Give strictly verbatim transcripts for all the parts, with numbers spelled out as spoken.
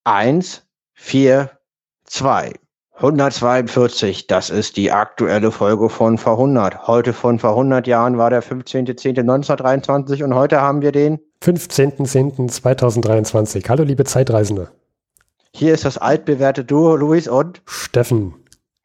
eins, vier, zwei. hundertzweiundvierzig, das ist die aktuelle Folge von vor hundert. Heute von vor hundert Jahren war der fünfzehnter zehnter neunzehnhundertdreiundzwanzig und heute haben wir den fünfzehnter zehnter zweitausenddreiundzwanzig. Hallo liebe Zeitreisende. Hier ist das altbewährte Duo Luis und Steffen.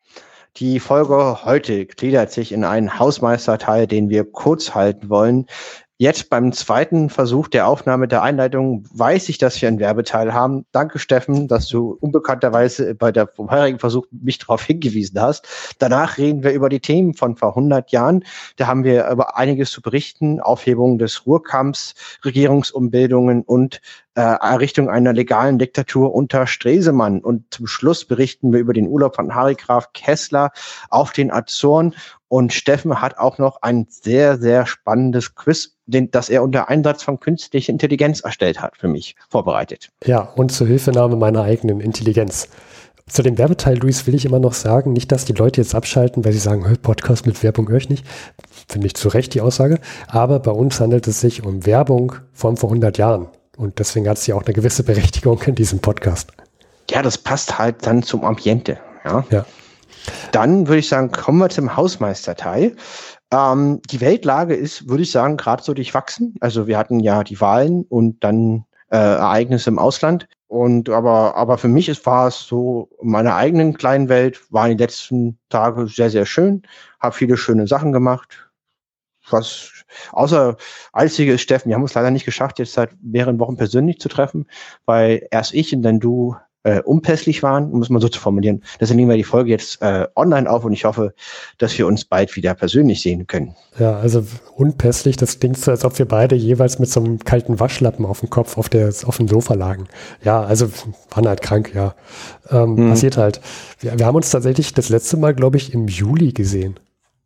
Die Folge heute gliedert sich in einen Hausmeisterteil, den wir kurz halten wollen. Jetzt beim zweiten Versuch der Aufnahme der Einleitung weiß ich, dass wir einen Werbeteil haben. Danke, Steffen, dass du unbekannterweise bei der vorherigen Versuch mich darauf hingewiesen hast. Danach reden wir über die Themen von vor hundert Jahren. Da haben wir über einiges zu berichten. Aufhebung des Ruhrkampfs, Regierungsumbildungen und äh, Errichtung einer legalen Diktatur unter Stresemann. Und zum Schluss berichten wir über den Urlaub von Harry Graf Kessler auf den Azoren. Und Steffen hat auch noch ein sehr, sehr spannendes Quiz, den, das er unter Einsatz von künstlicher Intelligenz erstellt hat, für mich vorbereitet. Ja, und zur Hilfenahme meiner eigenen Intelligenz. Zu dem Werbeteil, Luis, will ich immer noch sagen, nicht, dass die Leute jetzt abschalten, weil sie sagen, Podcast mit Werbung höre ich nicht. Finde ich zu Recht die Aussage. Aber bei uns handelt es sich um Werbung von vor hundert Jahren. Und deswegen hat sie auch eine gewisse Berechtigung in diesem Podcast. Ja, das passt halt dann zum Ambiente. Ja. Ja. Dann würde ich sagen, kommen wir zum Hausmeisterteil. Ähm, die Weltlage ist, würde ich sagen, gerade so durchwachsen. Also wir hatten ja die Wahlen und dann äh, Ereignisse im Ausland. Und aber aber für mich ist, war es so, in meiner eigenen kleinen Welt waren die letzten Tage sehr, sehr schön. Habe viele schöne Sachen gemacht. Was außer einzige ist, Steffen, wir haben es leider nicht geschafft, jetzt seit mehreren Wochen persönlich zu treffen, weil erst ich und dann du Äh, unpässlich waren, um es mal so zu formulieren. Deswegen nehmen wir die Folge jetzt äh, online auf und ich hoffe, dass wir uns bald wieder persönlich sehen können. Ja, also unpässlich, das klingt so, als ob wir beide jeweils mit so einem kalten Waschlappen auf dem Kopf auf, der, auf dem Sofa lagen. Ja, also waren halt krank, ja. Ähm, hm. Passiert halt. Wir, wir haben uns tatsächlich das letzte Mal, glaube ich, im Juli gesehen.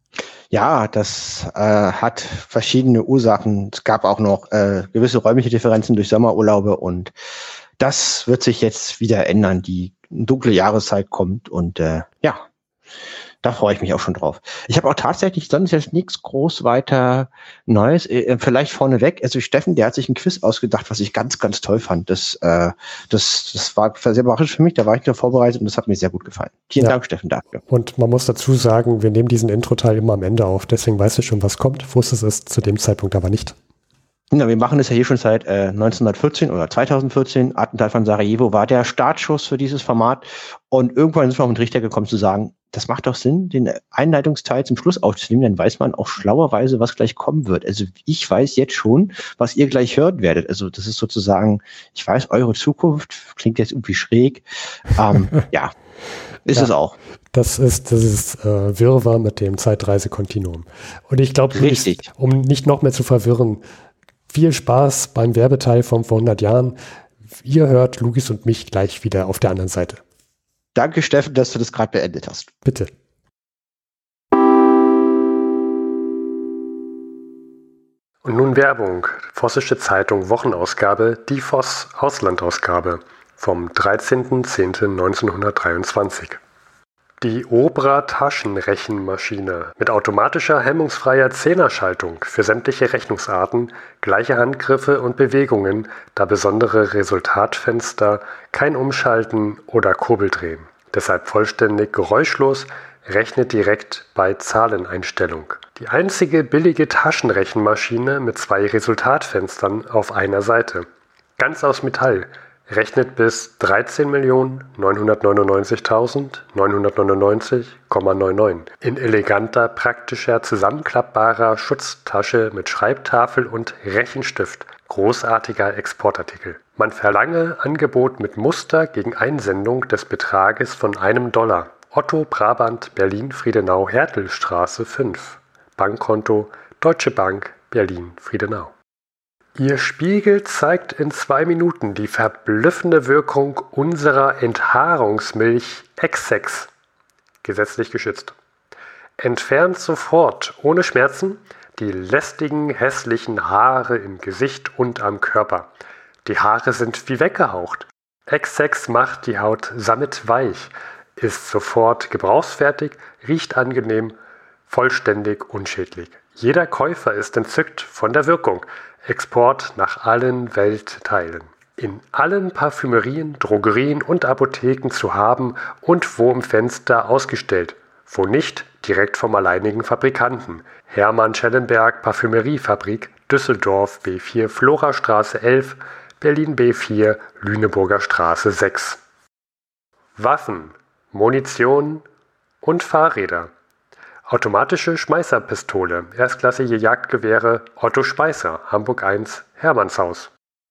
Ja, das äh, hat verschiedene Ursachen. Es gab auch noch äh, gewisse räumliche Differenzen durch Sommerurlaube und das wird sich jetzt wieder ändern. Die dunkle Jahreszeit kommt und äh, ja, da freue ich mich auch schon drauf. Ich habe auch tatsächlich sonst jetzt nichts groß weiter Neues. Äh, vielleicht vorneweg, also Steffen, der hat sich ein Quiz ausgedacht, was ich ganz, ganz toll fand. Das, äh, das, das war sehr überraschend für mich, da war ich nur vorbereitet und das hat mir sehr gut gefallen. Vielen ja. Dank, Steffen, dafür. Und man muss dazu sagen, wir nehmen diesen Intro-Teil immer am Ende auf, deswegen weißt du schon, was kommt. Wusstest es zu dem Zeitpunkt aber nicht. Na, wir machen das ja hier schon seit äh, neunzehnhundertvierzehn oder zweitausendvierzehn. Attentat von Sarajevo war der Startschuss für dieses Format. Und irgendwann sind wir auf den Trichter gekommen zu sagen, das macht doch Sinn, den Einleitungsteil zum Schluss aufzunehmen. Dann weiß man auch schlauerweise, was gleich kommen wird. Also ich weiß jetzt schon, was ihr gleich hören werdet. Also das ist sozusagen, ich weiß, eure Zukunft klingt jetzt irgendwie schräg. Ähm, ja, ist ja, es auch. Das ist das ist äh, Wirrwarr mit dem Zeitreisekontinuum. Und ich glaube, um nicht noch mehr zu verwirren, viel Spaß beim Werbeteil von vor hundert Jahren. Ihr hört Luis und mich gleich wieder auf der anderen Seite. Danke, Steffen, dass du das gerade beendet hast. Bitte. Und nun Werbung. Vossische Zeitung Wochenausgabe, die Voss Auslandausgabe vom dreizehnter zehnter neunzehnhundertdreiundzwanzig. Die Obra Taschenrechenmaschine mit automatischer hemmungsfreier Zehnerschaltung für sämtliche Rechnungsarten, gleiche Handgriffe und Bewegungen, da besondere Resultatfenster, kein Umschalten oder Kurbeldrehen. Deshalb vollständig geräuschlos, rechnet direkt bei Zahleneinstellung. Die einzige billige Taschenrechenmaschine mit zwei Resultatfenstern auf einer Seite. Ganz aus Metall. Rechnet bis dreizehn Millionen neunhundertneunundneunzigtausendneunhundertneunundneunzig Komma neunundneunzig in eleganter, praktischer, zusammenklappbarer Schutztasche mit Schreibtafel und Rechenstift. Großartiger Exportartikel. Man verlange Angebot mit Muster gegen Einsendung des Betrages von einem Dollar. Otto Brabant, Berlin, Friedenau, Hertelstraße fünf. Bankkonto Deutsche Bank, Berlin, Friedenau. Ihr Spiegel zeigt in zwei Minuten die verblüffende Wirkung unserer Enthaarungsmilch Essex, gesetzlich geschützt. Entfernt sofort, ohne Schmerzen, die lästigen, hässlichen Haare im Gesicht und am Körper. Die Haare sind wie weggehaucht. Essex macht die Haut sammetweich, ist sofort gebrauchsfertig, riecht angenehm, vollständig unschädlich. Jeder Käufer ist entzückt von der Wirkung. Export nach allen Weltteilen. in allen Parfümerien, Drogerien und Apotheken zu haben und wo im Fenster ausgestellt, wo nicht direkt vom alleinigen Fabrikanten. Hermann Schellenberg Parfümeriefabrik, Düsseldorf B vier, Florastraße elf, Berlin B vier, Lüneburger Straße sechs. Waffen, Munition und Fahrräder. Automatische Schmeißerpistole, erstklassige Jagdgewehre, Otto Speißer, Hamburg eins, Hermannshaus.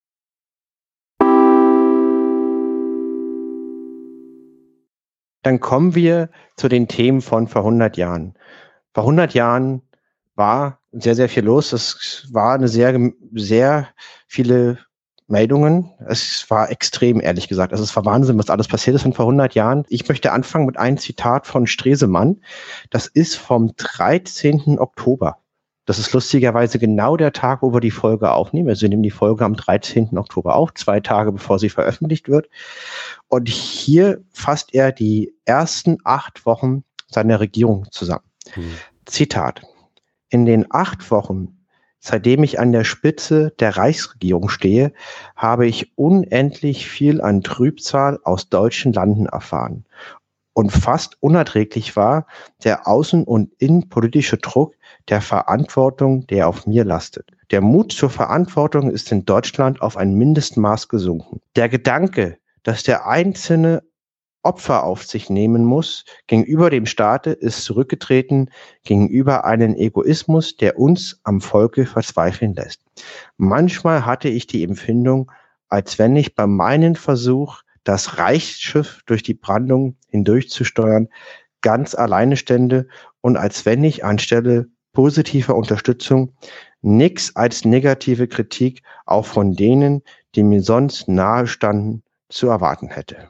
Dann kommen wir zu den Themen von vor hundert Jahren. Vor hundert Jahren war sehr, sehr viel los. Es war eine sehr, sehr viele Meldungen. Es war extrem, ehrlich gesagt. Also es war Wahnsinn, was alles passiert ist von vor hundert Jahren. Ich möchte anfangen mit einem Zitat von Stresemann. Das ist vom dreizehnten Oktober. Das ist lustigerweise genau der Tag, wo wir die Folge aufnehmen. Also wir nehmen die Folge am dreizehnten Oktober auf, zwei Tage bevor sie veröffentlicht wird. Und hier fasst er die ersten acht Wochen seiner Regierung zusammen. Hm. Zitat. In den acht Wochen, seitdem ich an der Spitze der Reichsregierung stehe, habe ich unendlich viel an Trübsal aus deutschen Landen erfahren. Und fast unerträglich war der außen- und innenpolitische Druck der Verantwortung, der auf mir lastet. Der Mut zur Verantwortung ist in Deutschland auf ein Mindestmaß gesunken. Der Gedanke, dass der Einzelne Opfer auf sich nehmen muss, gegenüber dem Staate ist zurückgetreten, gegenüber einem Egoismus, der uns am Volke verzweifeln lässt. Manchmal hatte ich die Empfindung, als wenn ich bei meinem Versuch, das Reichsschiff durch die Brandung hindurchzusteuern, ganz alleine stände und als wenn ich anstelle positiver Unterstützung nichts als negative Kritik auch von denen, die mir sonst nahe standen, zu erwarten hätte.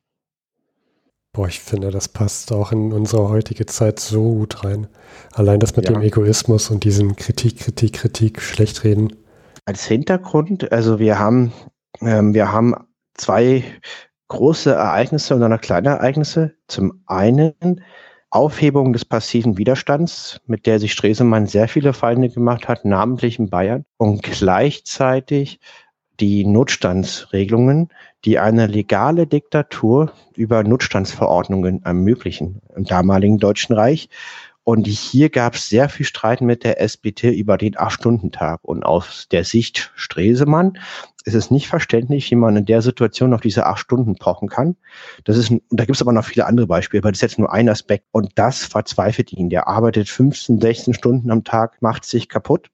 Boah, ich finde, das passt auch in unsere heutige Zeit so gut rein. Allein das mit Ja. dem Egoismus und diesem Kritik, Kritik, Kritik, Schlechtreden. Als Hintergrund, also wir haben, ähm, wir haben zwei große Ereignisse und dann noch kleine Ereignisse. Zum einen Aufhebung des passiven Widerstands, mit der sich Stresemann sehr viele Feinde gemacht hat, namentlich in Bayern, und gleichzeitig die Notstandsregelungen, die eine legale Diktatur über Notstandsverordnungen ermöglichen im damaligen Deutschen Reich. Und hier gab es sehr viel Streit mit der S B T über den acht-Stunden-Tag. Und aus der Sicht Stresemann ist es nicht verständlich, wie man in der Situation auf diese acht Stunden pochen kann. Das ist, und da gibt es aber noch viele andere Beispiele, aber das ist jetzt nur ein Aspekt. Und das verzweifelt ihn. Der arbeitet fünfzehn, sechzehn Stunden am Tag, macht sich kaputt,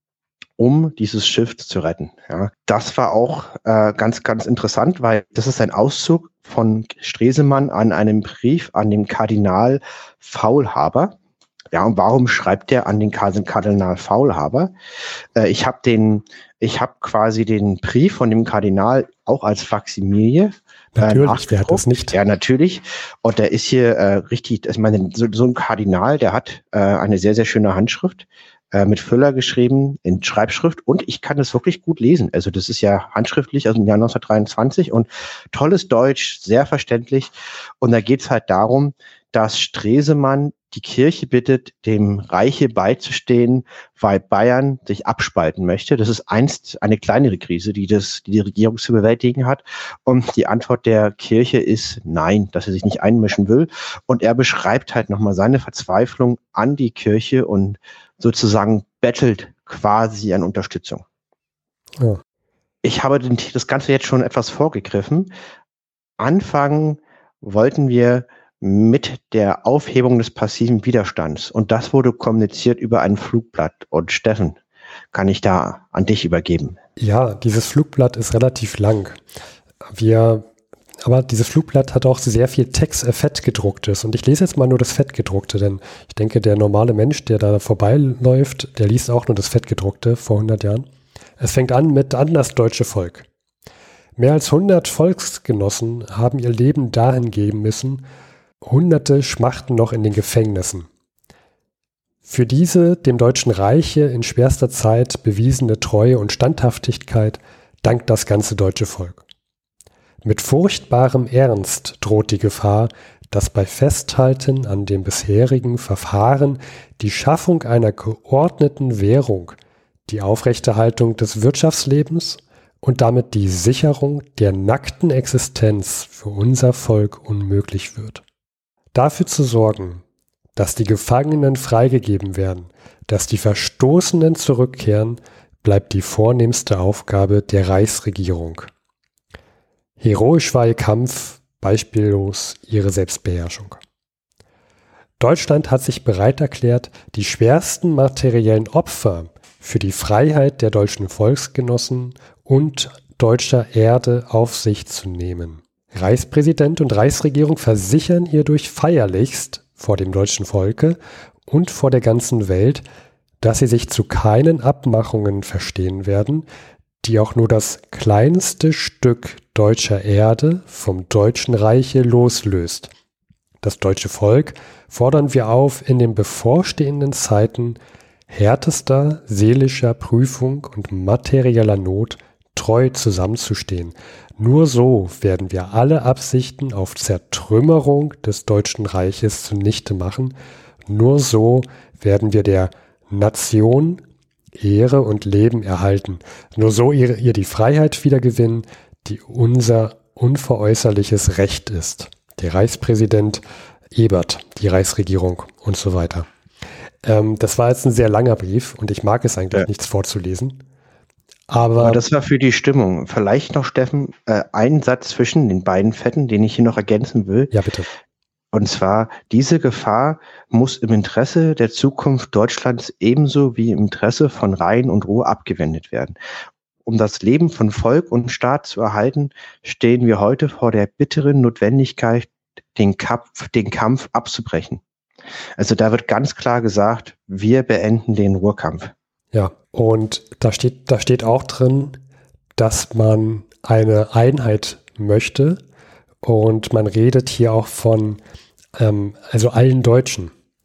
um dieses Schiff zu retten. Ja, das war auch äh, ganz, ganz interessant, weil das ist ein Auszug von Stresemann an einem Brief an den Kardinal Faulhaber. Ja, und warum schreibt er an den Kardinal Faulhaber? Äh, ich habe den, ich habe quasi den Brief von dem Kardinal auch als Faximilie. Natürlich, wer hat das nicht? Ja, natürlich. Und der ist hier äh, richtig, ich meine, so, so ein Kardinal, der hat äh, eine sehr, sehr schöne Handschrift, äh, mit Füller geschrieben, in Schreibschrift, und ich kann es wirklich gut lesen. Also das ist ja handschriftlich aus dem Jahr neunzehnhundertdreiundzwanzig und tolles Deutsch, sehr verständlich. Und da geht es halt darum, dass Stresemann die Kirche bittet, dem Reiche beizustehen, weil Bayern sich abspalten möchte. Das ist einst eine kleinere Krise, die das, die, die Regierung zu bewältigen hat. Und die Antwort der Kirche ist nein, dass er sich nicht einmischen will. Und er beschreibt halt nochmal seine Verzweiflung an die Kirche und sozusagen bettelt quasi an Unterstützung. Ja. Ich habe den, das Ganze jetzt schon etwas vorgegriffen. Anfangen wollten wir mit der Aufhebung des passiven Widerstands. Und das wurde kommuniziert über ein Flugblatt. Und Steffen, kann ich da an dich übergeben? Ja, dieses Flugblatt ist relativ lang. Wir, aber dieses Flugblatt hat auch sehr viel Text, äh, fettgedrucktes. Und ich lese jetzt mal nur das fettgedruckte, denn ich denke, der normale Mensch, der da vorbeiläuft, der liest auch nur das fettgedruckte vor hundert Jahren. Es fängt an mit an das deutsche Volk. Mehr als hundert Volksgenossen haben ihr Leben dahin geben müssen, Hunderte schmachten noch in den Gefängnissen. Für diese dem Deutschen Reiche in schwerster Zeit bewiesene Treue und Standhaftigkeit dankt das ganze deutsche Volk. Mit furchtbarem Ernst droht die Gefahr, dass bei Festhalten an dem bisherigen Verfahren die Schaffung einer geordneten Währung, die Aufrechterhaltung des Wirtschaftslebens und damit die Sicherung der nackten Existenz für unser Volk unmöglich wird. Dafür zu sorgen, dass die Gefangenen freigegeben werden, dass die Verstoßenen zurückkehren, bleibt die vornehmste Aufgabe der Reichsregierung. Heroisch war ihr Kampf, beispiellos ihre Selbstbeherrschung. Deutschland hat sich bereit erklärt, die schwersten materiellen Opfer für die Freiheit der deutschen Volksgenossen und deutscher Erde auf sich zu nehmen. Reichspräsident und Reichsregierung versichern hierdurch feierlichst vor dem deutschen Volke und vor der ganzen Welt, dass sie sich zu keinen Abmachungen verstehen werden, die auch nur das kleinste Stück deutscher Erde vom Deutschen Reiche loslöst. Das deutsche Volk fordern wir auf, in den bevorstehenden Zeiten härtester seelischer Prüfung und materieller Not treu zusammenzustehen. Nur so werden wir alle Absichten auf Zertrümmerung des Deutschen Reiches zunichte machen. Nur so werden wir der Nation Ehre und Leben erhalten. Nur so ihr, ihr die Freiheit wiedergewinnen, die unser unveräußerliches Recht ist. Der Reichspräsident Ebert, die Reichsregierung und so weiter. Ähm, das war jetzt ein sehr langer Brief und ich mag es eigentlich, ja. nichts vorzulesen. Aber, Aber das war für die Stimmung. Vielleicht noch, Steffen, äh, ein Satz zwischen den beiden Fetten, den ich hier noch ergänzen will. Ja, bitte. Und zwar, diese Gefahr muss im Interesse der Zukunft Deutschlands ebenso wie im Interesse von Rhein und Ruhr abgewendet werden. Um das Leben von Volk und Staat zu erhalten, stehen wir heute vor der bitteren Notwendigkeit, den Kampf, den Kampf abzubrechen. Also da wird ganz klar gesagt, wir beenden den Ruhrkampf. Ja, und da steht, da steht auch drin, dass man eine Einheit möchte. Und man redet hier auch von ähm, also allen Deutschen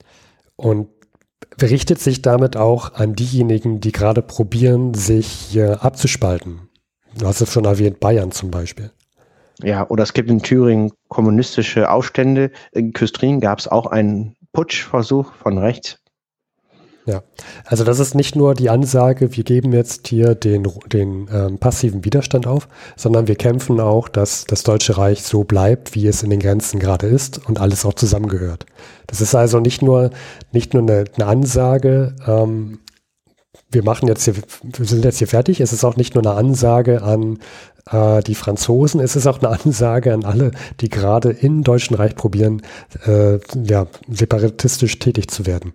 und richtet sich damit auch an diejenigen, die gerade probieren, sich hier abzuspalten. Du hast es schon erwähnt, Bayern zum Beispiel. Ja, oder es gibt in Thüringen kommunistische Aufstände. In Küstrin gab es auch einen Putschversuch von rechts. Ja, also das ist nicht nur die Ansage, wir geben jetzt hier den, den ähm, passiven Widerstand auf, sondern wir kämpfen auch, dass das Deutsche Reich so bleibt, wie es in den Grenzen gerade ist und alles auch zusammengehört. Das ist also nicht nur, nicht nur eine, eine Ansage, ähm, wir machen jetzt hier, wir sind jetzt hier fertig, es ist auch nicht nur eine Ansage an äh, die Franzosen, es ist auch eine Ansage an alle, die gerade im Deutschen Reich probieren, äh, ja, separatistisch tätig zu werden.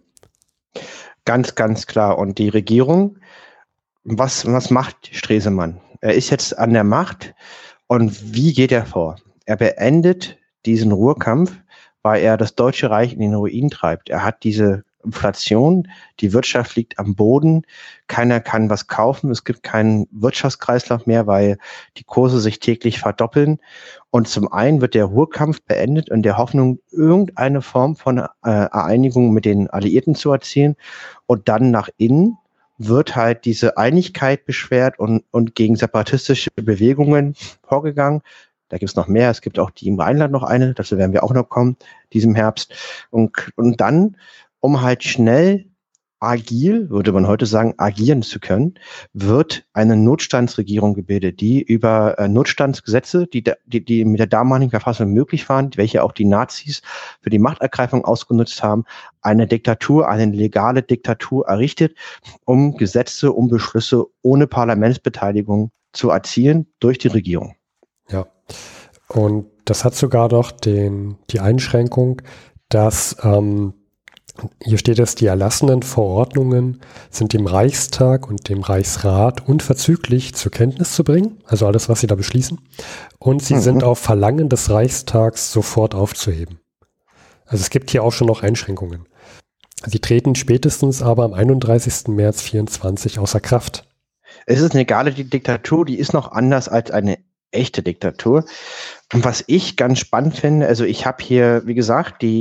Ganz, ganz klar. Und die Regierung, was, was macht Stresemann? Er ist jetzt an der Macht und wie geht er vor? Er beendet diesen Ruhrkampf, weil er das Deutsche Reich in den Ruin treibt. Er hat diese Inflation, die Wirtschaft liegt am Boden, keiner kann was kaufen, es gibt keinen Wirtschaftskreislauf mehr, weil die Kurse sich täglich verdoppeln. Und zum einen wird der Ruhrkampf beendet in der Hoffnung, irgendeine Form von äh, Einigung mit den Alliierten zu erzielen. Und dann nach innen wird halt diese Einigkeit beschwert und, und gegen separatistische Bewegungen vorgegangen. Da gibt es noch mehr. Es gibt auch die im Rheinland noch eine, dazu werden wir auch noch kommen, diesem Herbst. Und, und dann, um halt schnell agil, würde man heute sagen, agieren zu können, wird eine Notstandsregierung gebildet, die über äh, Notstandsgesetze, die, die, die mit der damaligen Verfassung möglich waren, welche auch die Nazis für die Machtergreifung ausgenutzt haben, eine Diktatur, eine legale Diktatur errichtet, um Gesetze, um Beschlüsse ohne Parlamentsbeteiligung zu erzielen durch die Regierung. Ja, und das hat sogar doch den, die Einschränkung, dass ähm, hier steht es, die erlassenen Verordnungen sind dem Reichstag und dem Reichsrat unverzüglich zur Kenntnis zu bringen, also alles, was sie da beschließen, und sie mhm. sind auf Verlangen des Reichstags sofort aufzuheben. Also es gibt hier auch schon noch Einschränkungen. Sie treten spätestens aber am einunddreißigsten März vierundzwanzig außer Kraft. Es ist eine legale Diktatur, die ist noch anders als eine echte Diktatur. Und was ich ganz spannend finde, also ich habe hier, wie gesagt, die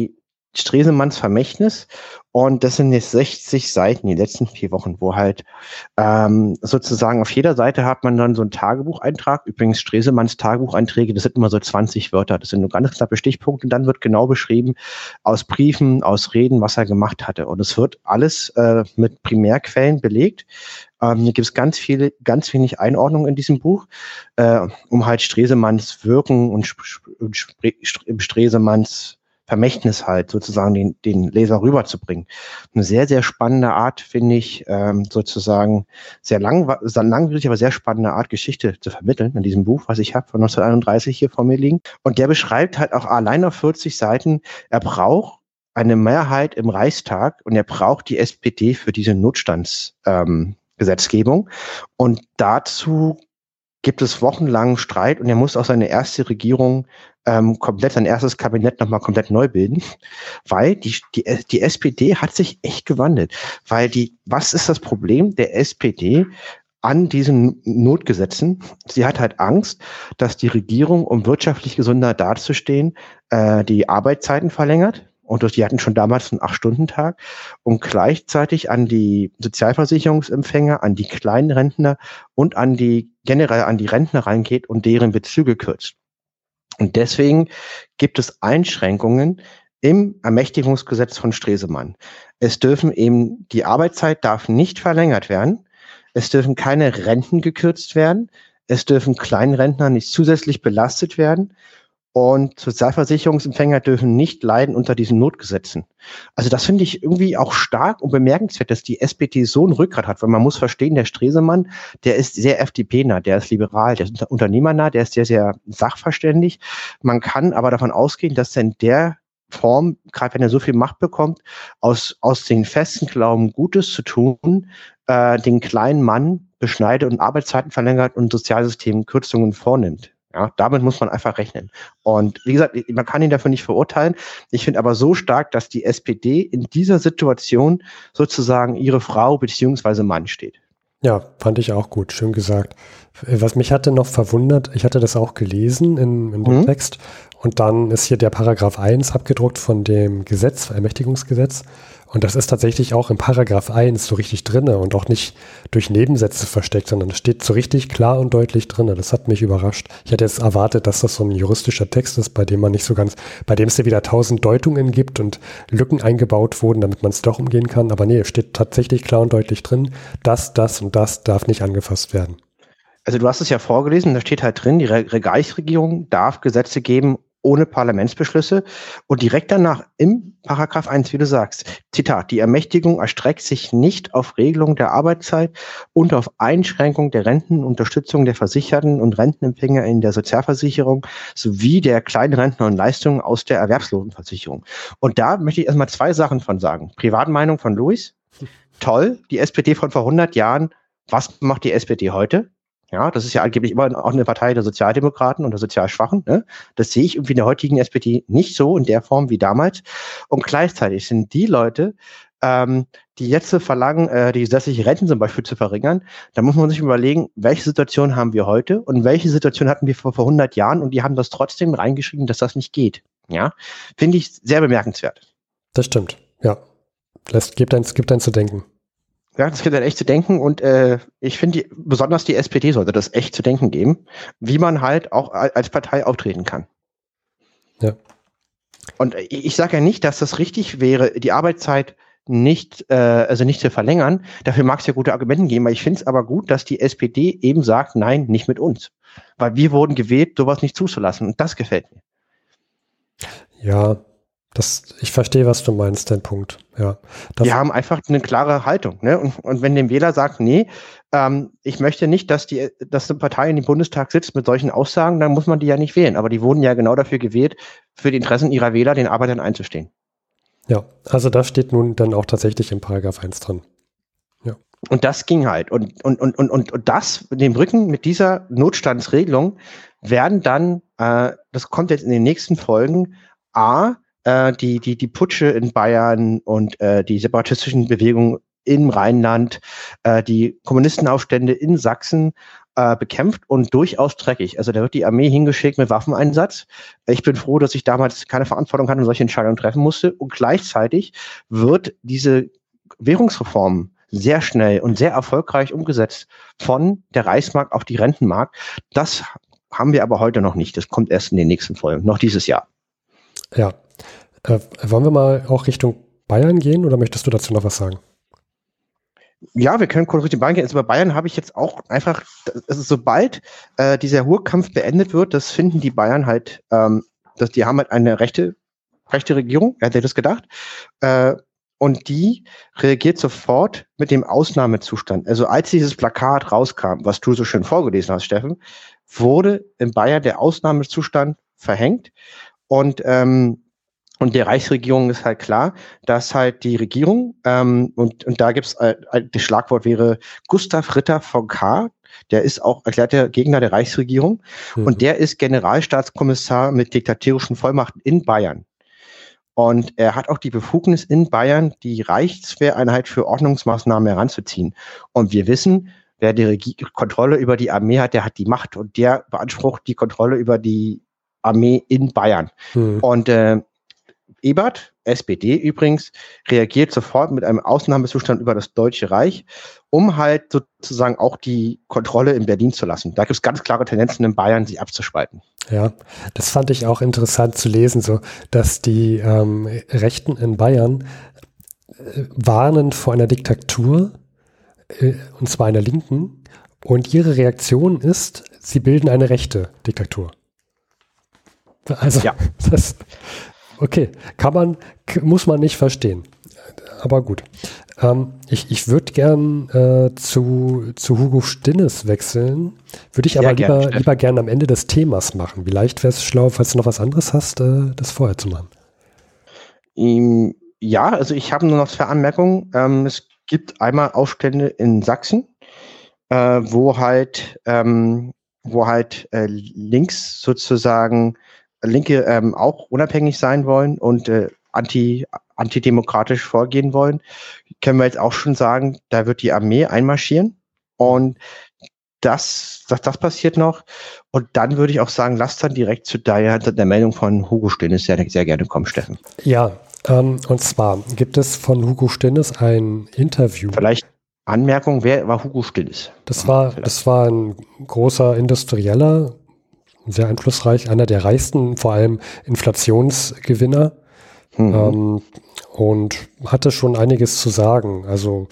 Stresemanns Vermächtnis. Und das sind jetzt sechzig Seiten, die letzten vier Wochen, wo halt ähm, sozusagen auf jeder Seite hat man dann so einen Tagebucheintrag. Übrigens, Stresemanns Tagebucheinträge, das sind immer so zwanzig Wörter. Das sind nur ganz knappe Stichpunkte. Und dann wird genau beschrieben aus Briefen, aus Reden, was er gemacht hatte. Und es wird alles äh, mit Primärquellen belegt. Ähm, hier gibt es ganz viele, ganz wenig Einordnung in diesem Buch, äh, um halt Stresemanns Wirken und Sp- und Sp- Stresemanns Vermächtnis halt sozusagen den, den Leser rüberzubringen. Eine sehr, sehr spannende Art, finde ich, ähm, sozusagen sehr lang, sehr langwierig, aber sehr spannende Art, Geschichte zu vermitteln in diesem Buch, was ich habe, von neunzehnhunderteinunddreißig hier vor mir liegen. Und der beschreibt halt auch allein auf vierzig Seiten, er braucht eine Mehrheit im Reichstag und er braucht die S P D für diese Notstandsgesetzgebung. Ähm, und dazu gibt es wochenlangen Streit und er muss auch seine erste Regierung ähm, komplett, sein erstes Kabinett nochmal komplett neu bilden, weil die, die, die S P D hat sich echt gewandelt. Weil die, was ist das Problem der S P D an diesen Notgesetzen? Sie hat halt Angst, dass die Regierung, um wirtschaftlich gesunder dazustehen, äh, die Arbeitszeiten verlängert. Und die hatten schon damals einen acht-Stunden-Tag und gleichzeitig an die Sozialversicherungsempfänger, an die kleinen Rentner und an die generell an die Rentner reingeht und deren Bezüge kürzt. Und deswegen gibt es Einschränkungen im Ermächtigungsgesetz von Stresemann. Es dürfen eben, die Arbeitszeit darf nicht verlängert werden. Es dürfen keine Renten gekürzt werden. Es dürfen Kleinrentner nicht zusätzlich belastet werden. Und Sozialversicherungsempfänger dürfen nicht leiden unter diesen Notgesetzen. Also das finde ich irgendwie auch stark und bemerkenswert, dass die S P D so ein Rückgrat hat, weil man muss verstehen, der Stresemann, der ist sehr F D P-nah, der ist liberal, der ist unternehmernah, der ist sehr, sehr sachverständig. Man kann aber davon ausgehen, dass er in der Form, gerade wenn er so viel Macht bekommt, aus, aus den festen Glauben Gutes zu tun, äh, den kleinen Mann beschneidet und Arbeitszeiten verlängert und Sozialsystemkürzungen vornimmt. Ja, damit muss man einfach rechnen. Und wie gesagt, man kann ihn dafür nicht verurteilen. Ich finde aber so stark, dass die S P D in dieser Situation sozusagen ihre Frau beziehungsweise Mann steht. Ja, fand ich auch gut, schön gesagt. Was mich hatte noch verwundert, ich hatte das auch gelesen in, in dem mhm. Text und dann ist hier der Paragraph eins abgedruckt von dem Gesetz, Ermächtigungsgesetz. Und das ist tatsächlich auch im Paragraph eins so richtig drinne und auch nicht durch Nebensätze versteckt, sondern es steht so richtig klar und deutlich drinne. Das hat mich überrascht. Ich hätte jetzt erwartet, dass das so ein juristischer Text ist, bei dem man nicht so ganz, bei dem es ja wieder tausend Deutungen gibt und Lücken eingebaut wurden, damit man es doch umgehen kann. Aber nee, es steht tatsächlich klar und deutlich drin, das, das und das darf nicht angefasst werden. Also du hast es ja vorgelesen, da steht halt drin, die Reichsregierung darf Gesetze geben ohne Parlamentsbeschlüsse und direkt danach im Paragraph eins, wie du sagst, Zitat, die Ermächtigung erstreckt sich nicht auf Regelung der Arbeitszeit und auf Einschränkung der Renten, Unterstützung der Versicherten und Rentenempfänger in der Sozialversicherung sowie der Kleinrentner und Leistungen aus der Erwerbslosenversicherung. Und da möchte ich erstmal zwei Sachen von sagen. Privatmeinung von Luis, toll, die S P D von vor hundert Jahren, was macht die S P D heute? Ja, das ist ja angeblich immer auch eine Partei der Sozialdemokraten und der Sozialschwachen. Ne? Das sehe ich irgendwie in der heutigen S P D nicht so in der Form wie damals. Und gleichzeitig sind die Leute, ähm, die jetzt verlangen, äh, die gesetzliche Renten zum Beispiel zu verringern, da muss man sich überlegen, welche Situation haben wir heute und welche Situation hatten wir vor, vor hundert Jahren und die haben das trotzdem reingeschrieben, dass das nicht geht. Ja, finde ich sehr bemerkenswert. Das stimmt, ja. Das gibt eins, gibt eins zu denken. Ja, das gibt dann echt zu denken und äh, ich finde, besonders die S P D sollte das echt zu denken geben, wie man halt auch als Partei auftreten kann. Ja. Und ich, ich sage ja nicht, dass das richtig wäre, die Arbeitszeit nicht, äh, also nicht zu verlängern. Dafür mag es ja gute Argumente geben, aber ich finde es aber gut, dass die S P D eben sagt, nein, nicht mit uns. Weil wir wurden gewählt, sowas nicht zuzulassen und das gefällt mir. Ja, Das, ich verstehe, was du meinst, dein Punkt. Ja, das wir haben einfach eine klare Haltung. Ne? Und, und wenn dem Wähler sagt, nee, ähm, ich möchte nicht, dass die, dass eine Partei in dem Bundestag sitzt mit solchen Aussagen, dann muss man die ja nicht wählen. Aber die wurden ja genau dafür gewählt, für die Interessen ihrer Wähler, den Arbeitern einzustehen. Ja, also das steht nun dann auch tatsächlich im Paragraph eins drin. Ja. Und das ging halt. Und, und, und, und, und, und das, mit dem Rücken, mit dieser Notstandsregelung, werden dann, äh, das kommt jetzt in den nächsten Folgen, A, Die, die, die Putsche in Bayern und äh, die separatistischen Bewegungen im Rheinland, äh, die Kommunistenaufstände in Sachsen äh, bekämpft und durchaus dreckig. Also da wird die Armee hingeschickt mit Waffeneinsatz. Ich bin froh, dass ich damals keine Verantwortung hatte und solche Entscheidungen treffen musste. Und gleichzeitig wird diese Währungsreform sehr schnell und sehr erfolgreich umgesetzt von der Reichsmark auf die Rentenmark. Das haben wir aber heute noch nicht. Das kommt erst in den nächsten Folgen, noch dieses Jahr. Ja. Äh, wollen wir mal auch Richtung Bayern gehen oder möchtest du dazu noch was sagen? Ja, wir können kurz Richtung Bayern gehen. Also bei Bayern habe ich jetzt auch einfach, also sobald äh, dieser Ruhrkampf beendet wird, das finden die Bayern halt, ähm, dass die haben halt eine rechte, rechte Regierung, wer hätte das gedacht? Äh, Und die reagiert sofort mit dem Ausnahmezustand. Also als dieses Plakat rauskam, was du so schön vorgelesen hast, Steffen, wurde in Bayern der Ausnahmezustand verhängt. Und, ähm, und der Reichsregierung ist halt klar, dass halt die Regierung, ähm, und, und da gibt's, äh, das Schlagwort wäre Gustav Ritter von Kahr, der ist auch erklärter Gegner der Reichsregierung. Mhm. Und der ist Generalstaatskommissar mit diktatorischen Vollmachten in Bayern. Und er hat auch die Befugnis in Bayern, die Reichswehreinheit für Ordnungsmaßnahmen heranzuziehen. Und wir wissen, wer die Regie- Kontrolle über die Armee hat, der hat die Macht und der beansprucht die Kontrolle über die Armee in Bayern. Mhm. Und äh, Ebert, S P D übrigens, reagiert sofort mit einem Ausnahmezustand über das Deutsche Reich, um halt sozusagen auch die Kontrolle in Berlin zu lassen. Da gibt es ganz klare Tendenzen in Bayern, sie abzuspalten. Ja, das fand ich auch interessant zu lesen, so dass die ähm, Rechten in Bayern äh, warnen vor einer Diktatur, äh, und zwar einer Linken, und ihre Reaktion ist, sie bilden eine rechte Diktatur. Also, ja. das, okay, kann man, muss man nicht verstehen, aber gut. Ähm, ich ich würde gern äh, zu, zu Hugo Stinnes wechseln, würde ich aber lieber, gern, lieber gern am Ende des Themas machen. Vielleicht wäre es schlau, falls du noch was anderes hast, äh, das vorher zu machen. Ähm, ja, also ich habe nur noch zwei Anmerkungen. Ähm, es gibt einmal Aufstände in Sachsen, äh, wo halt, ähm, wo halt äh, links sozusagen Linke ähm, auch unabhängig sein wollen und äh, anti, antidemokratisch vorgehen wollen, können wir jetzt auch schon sagen, da wird die Armee einmarschieren und das, das, das passiert noch. Und dann würde ich auch sagen, lass dann direkt zu der, der Meldung von Hugo Stinnes sehr, sehr gerne kommen, Steffen. Ja, ähm, und zwar gibt es von Hugo Stinnes ein Interview. Vielleicht Anmerkung, wer war Hugo Stinnes? Das war, das war ein großer Industrieller, sehr einflussreich, einer der reichsten, vor allem Inflationsgewinner, mhm. ähm, und hatte schon einiges zu sagen. Also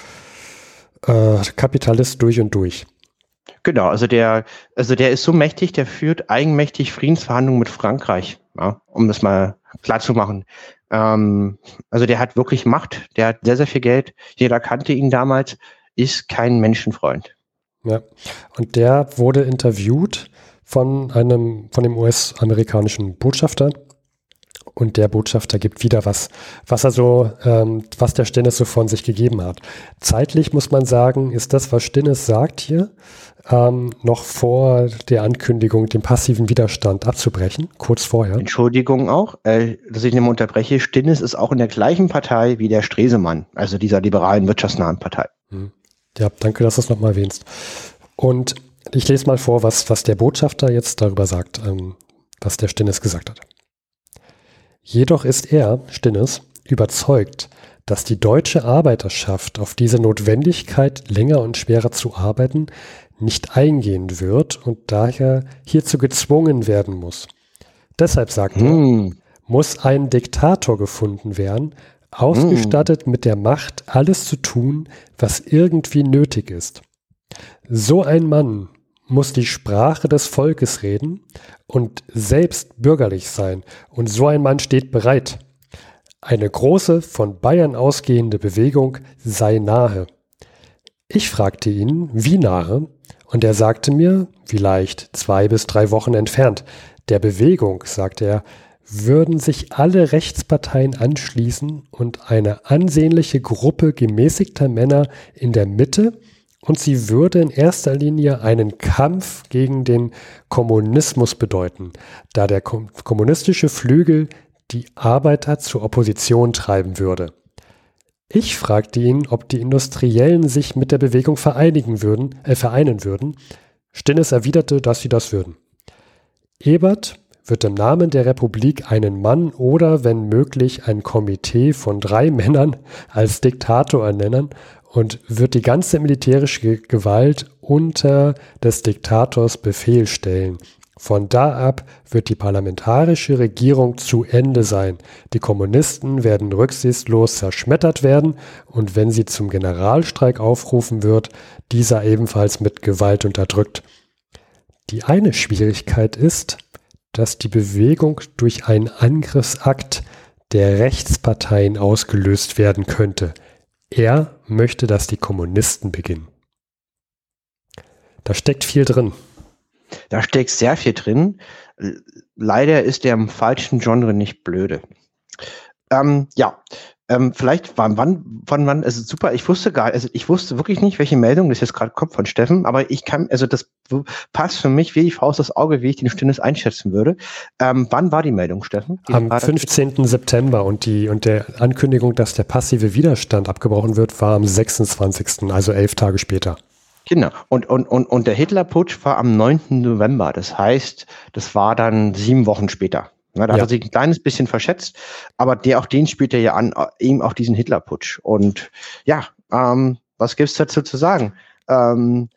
äh, Kapitalist durch und durch. Genau, also der, also der ist so mächtig, der führt eigenmächtig Friedensverhandlungen mit Frankreich, ja, um das mal klar zu machen. Ähm, also der hat wirklich Macht, der hat sehr, sehr viel Geld. Jeder kannte ihn damals, ist kein Menschenfreund. Ja, und der wurde interviewt von einem, von dem U S-amerikanischen Botschafter. Und der Botschafter gibt wieder was, was er so, ähm, was der Stinnes so von sich gegeben hat. Zeitlich muss man sagen, ist das, was Stinnes sagt hier, ähm, noch vor der Ankündigung, den passiven Widerstand abzubrechen, kurz vorher. Entschuldigung auch, äh, dass ich nicht mehr unterbreche. Stinnes ist auch in der gleichen Partei wie der Stresemann, also dieser liberalen, wirtschaftsnahen Partei. Hm. Ja, danke, dass du es nochmal erwähnst. Und ich lese mal vor, was, was der Botschafter jetzt darüber sagt, ähm, was der Stinnes gesagt hat. Jedoch ist er, Stinnes, überzeugt, dass die deutsche Arbeiterschaft auf diese Notwendigkeit, länger und schwerer zu arbeiten, nicht eingehen wird und daher hierzu gezwungen werden muss. Deshalb, sagt hm. er, muss ein Diktator gefunden werden, ausgestattet hm. mit der Macht, alles zu tun, was irgendwie nötig ist. So ein Mann muss die Sprache des Volkes reden und selbst bürgerlich sein. Und so ein Mann steht bereit. Eine große, von Bayern ausgehende Bewegung sei nahe. Ich fragte ihn, wie nahe? Und er sagte mir, vielleicht zwei bis drei Wochen entfernt. Der Bewegung, sagte er, würden sich alle Rechtsparteien anschließen und eine ansehnliche Gruppe gemäßigter Männer in der Mitte, und sie würde in erster Linie einen Kampf gegen den Kommunismus bedeuten, da der kommunistische Flügel die Arbeiter zur Opposition treiben würde. Ich fragte ihn, ob die Industriellen sich mit der Bewegung vereinigen würden, äh, vereinen würden. Stinnes erwiderte, dass sie das würden. Ebert wird im Namen der Republik einen Mann oder, wenn möglich, ein Komitee von drei Männern als Diktator ernennen und wird die ganze militärische Gewalt unter des Diktators Befehl stellen. Von da ab wird die parlamentarische Regierung zu Ende sein. Die Kommunisten werden rücksichtslos zerschmettert werden und wenn sie zum Generalstreik aufrufen wird, dieser ebenfalls mit Gewalt unterdrückt. Die eine Schwierigkeit ist, dass die Bewegung durch einen Angriffsakt der Rechtsparteien ausgelöst werden könnte. Er möchte, dass die Kommunisten beginnen. Da steckt viel drin. Da steckt sehr viel drin. Leider ist der im falschen Genre nicht blöde. Ähm, ja, ähm, vielleicht wann, wann, wann, wann, also super, ich wusste gar, also ich wusste wirklich nicht, welche Meldung das jetzt gerade kommt von Steffen, aber ich kann, also das passt für mich wie die Faust aufs Auge, wie ich den Stinnes einschätzen würde. Ähm, wann war die Meldung, Steffen? Die am fünfzehnten September und die, und der Ankündigung, dass der passive Widerstand abgebrochen wird, war am sechsundzwanzigsten, also elf Tage später. Genau. Und, und, und, und der Hitlerputsch war am neunten November. Das heißt, das war dann sieben Wochen später. Ja, da ja. hat er sich ein kleines bisschen verschätzt, aber der, auch den spielt er ja an, eben auch diesen Hitlerputsch. Und ja, ähm, was gibt's dazu zu sagen? Ähm,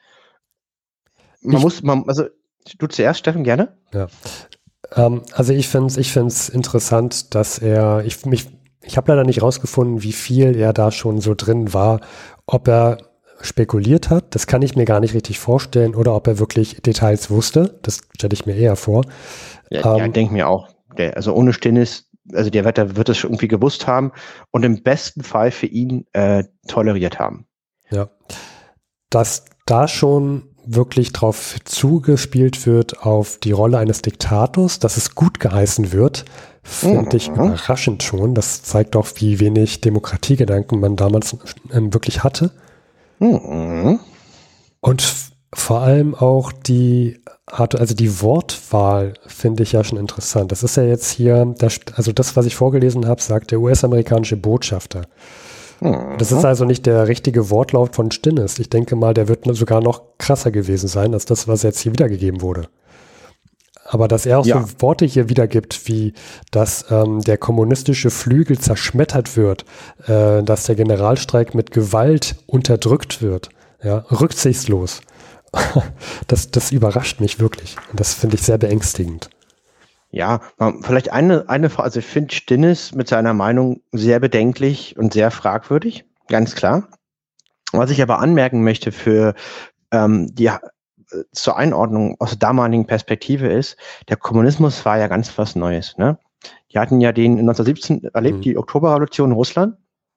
man ich, muss, man, also du zuerst, Steffen, gerne? Ja. Ähm, also ich finde es ich find's interessant, dass er, ich, mich, ich habe leider nicht rausgefunden, wie viel er da schon so drin war, ob er spekuliert hat, das kann ich mir gar nicht richtig vorstellen, oder ob er wirklich Details wusste, das stelle ich mir eher vor. Ja, ähm, ja denke mir auch. Der, also ohne Stinnes, also der Wetter wird es irgendwie gewusst haben und im besten Fall für ihn äh, toleriert haben. Ja, dass da schon wirklich drauf zugespielt wird auf die Rolle eines Diktators, dass es gut geheißen wird, finde mhm. ich überraschend schon. Das zeigt auch, wie wenig Demokratiegedanken man damals ähm, wirklich hatte. Mhm. Und f- vor allem auch die Art, also die Wortwahl finde ich ja schon interessant. Das ist ja jetzt hier, das, also das, was ich vorgelesen habe, sagt der U S-amerikanische Botschafter. Mhm. Das ist also nicht der richtige Wortlaut von Stinnes. Ich denke mal, der wird sogar noch krasser gewesen sein, als das, was jetzt hier wiedergegeben wurde. Aber dass er auch ja. so Worte hier wiedergibt, wie dass ähm, der kommunistische Flügel zerschmettert wird, äh, dass der Generalstreik mit Gewalt unterdrückt wird, ja, rücksichtslos. das, das überrascht mich wirklich. Und das finde ich sehr beängstigend. Ja, vielleicht eine, eine Frage. Also ich finde Stinnes mit seiner Meinung sehr bedenklich und sehr fragwürdig, ganz klar. Was ich aber anmerken möchte für ähm, die zur Einordnung aus der damaligen Perspektive ist, der Kommunismus war ja ganz was Neues. Ne? Die hatten ja den neunzehnhundertsiebzehn erlebt, mhm. die Oktoberrevolution in Russland,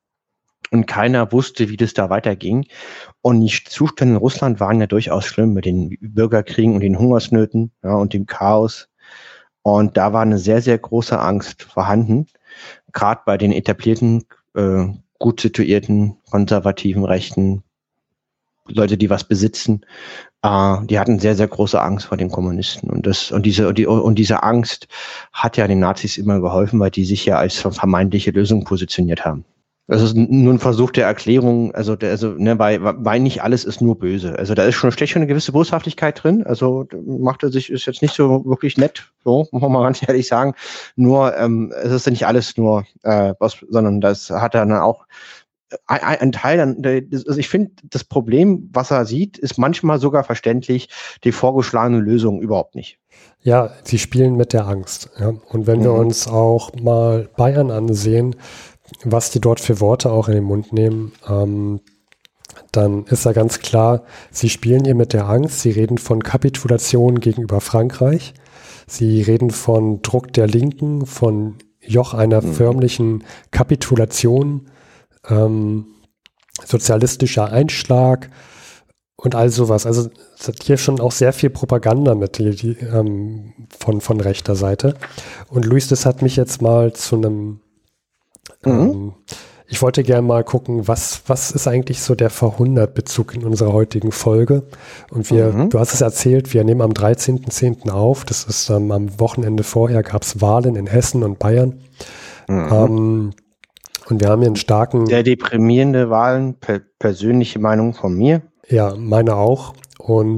und keiner wusste, wie das da weiterging. Und die Zustände in Russland waren ja durchaus schlimm mit den Bürgerkriegen und den Hungersnöten, ja, und dem Chaos. Und da war eine sehr, sehr große Angst vorhanden, gerade bei den etablierten, äh, gut situierten, konservativen Rechten, Leute, die was besitzen, äh, die hatten sehr, sehr große Angst vor den Kommunisten. Und das, und diese, und die, und diese Angst hat ja den Nazis immer geholfen, weil die sich ja als vermeintliche Lösung positioniert haben. Das ist nur ein Versuch der Erklärung, also, der, also, ne, weil, weil nicht alles ist nur böse. Also, da ist schon, steckt schon eine gewisse Boshaftigkeit drin. Also, macht er sich, ist jetzt nicht so wirklich nett, so, muss man mal ganz ehrlich sagen. Nur, ähm, es ist ja nicht alles nur, äh, was, sondern das hat er dann auch, Ein, ein Teil, also ich finde, das Problem, was er sieht, ist manchmal sogar verständlich, die vorgeschlagene Lösung überhaupt nicht. Ja, sie spielen mit der Angst. Ja. Und wenn mhm. wir uns auch mal Bayern ansehen, was die dort für Worte auch in den Mund nehmen, ähm, dann ist ja ganz klar, sie spielen hier mit der Angst, sie reden von Kapitulation gegenüber Frankreich, sie reden von Druck der Linken, von Joch einer mhm. förmlichen Kapitulation, Ähm, sozialistischer Einschlag und all sowas. Also es hat hier schon auch sehr viel Propaganda mit die, die, ähm, von, von rechter Seite. Und Luis, das hat mich jetzt mal zu einem mhm. ähm, ich wollte gerne mal gucken, was, was ist eigentlich so der Verhundert-Bezug in unserer heutigen Folge. Und wir, mhm. du hast es erzählt, wir nehmen am dreizehnten zehnten auf. Das ist ähm, am Wochenende vorher gab es Wahlen in Hessen und Bayern. Mhm. Ähm, Und wir haben hier einen starken... Sehr deprimierende Wahlen, per persönliche Meinung von mir. Ja, meine auch. Und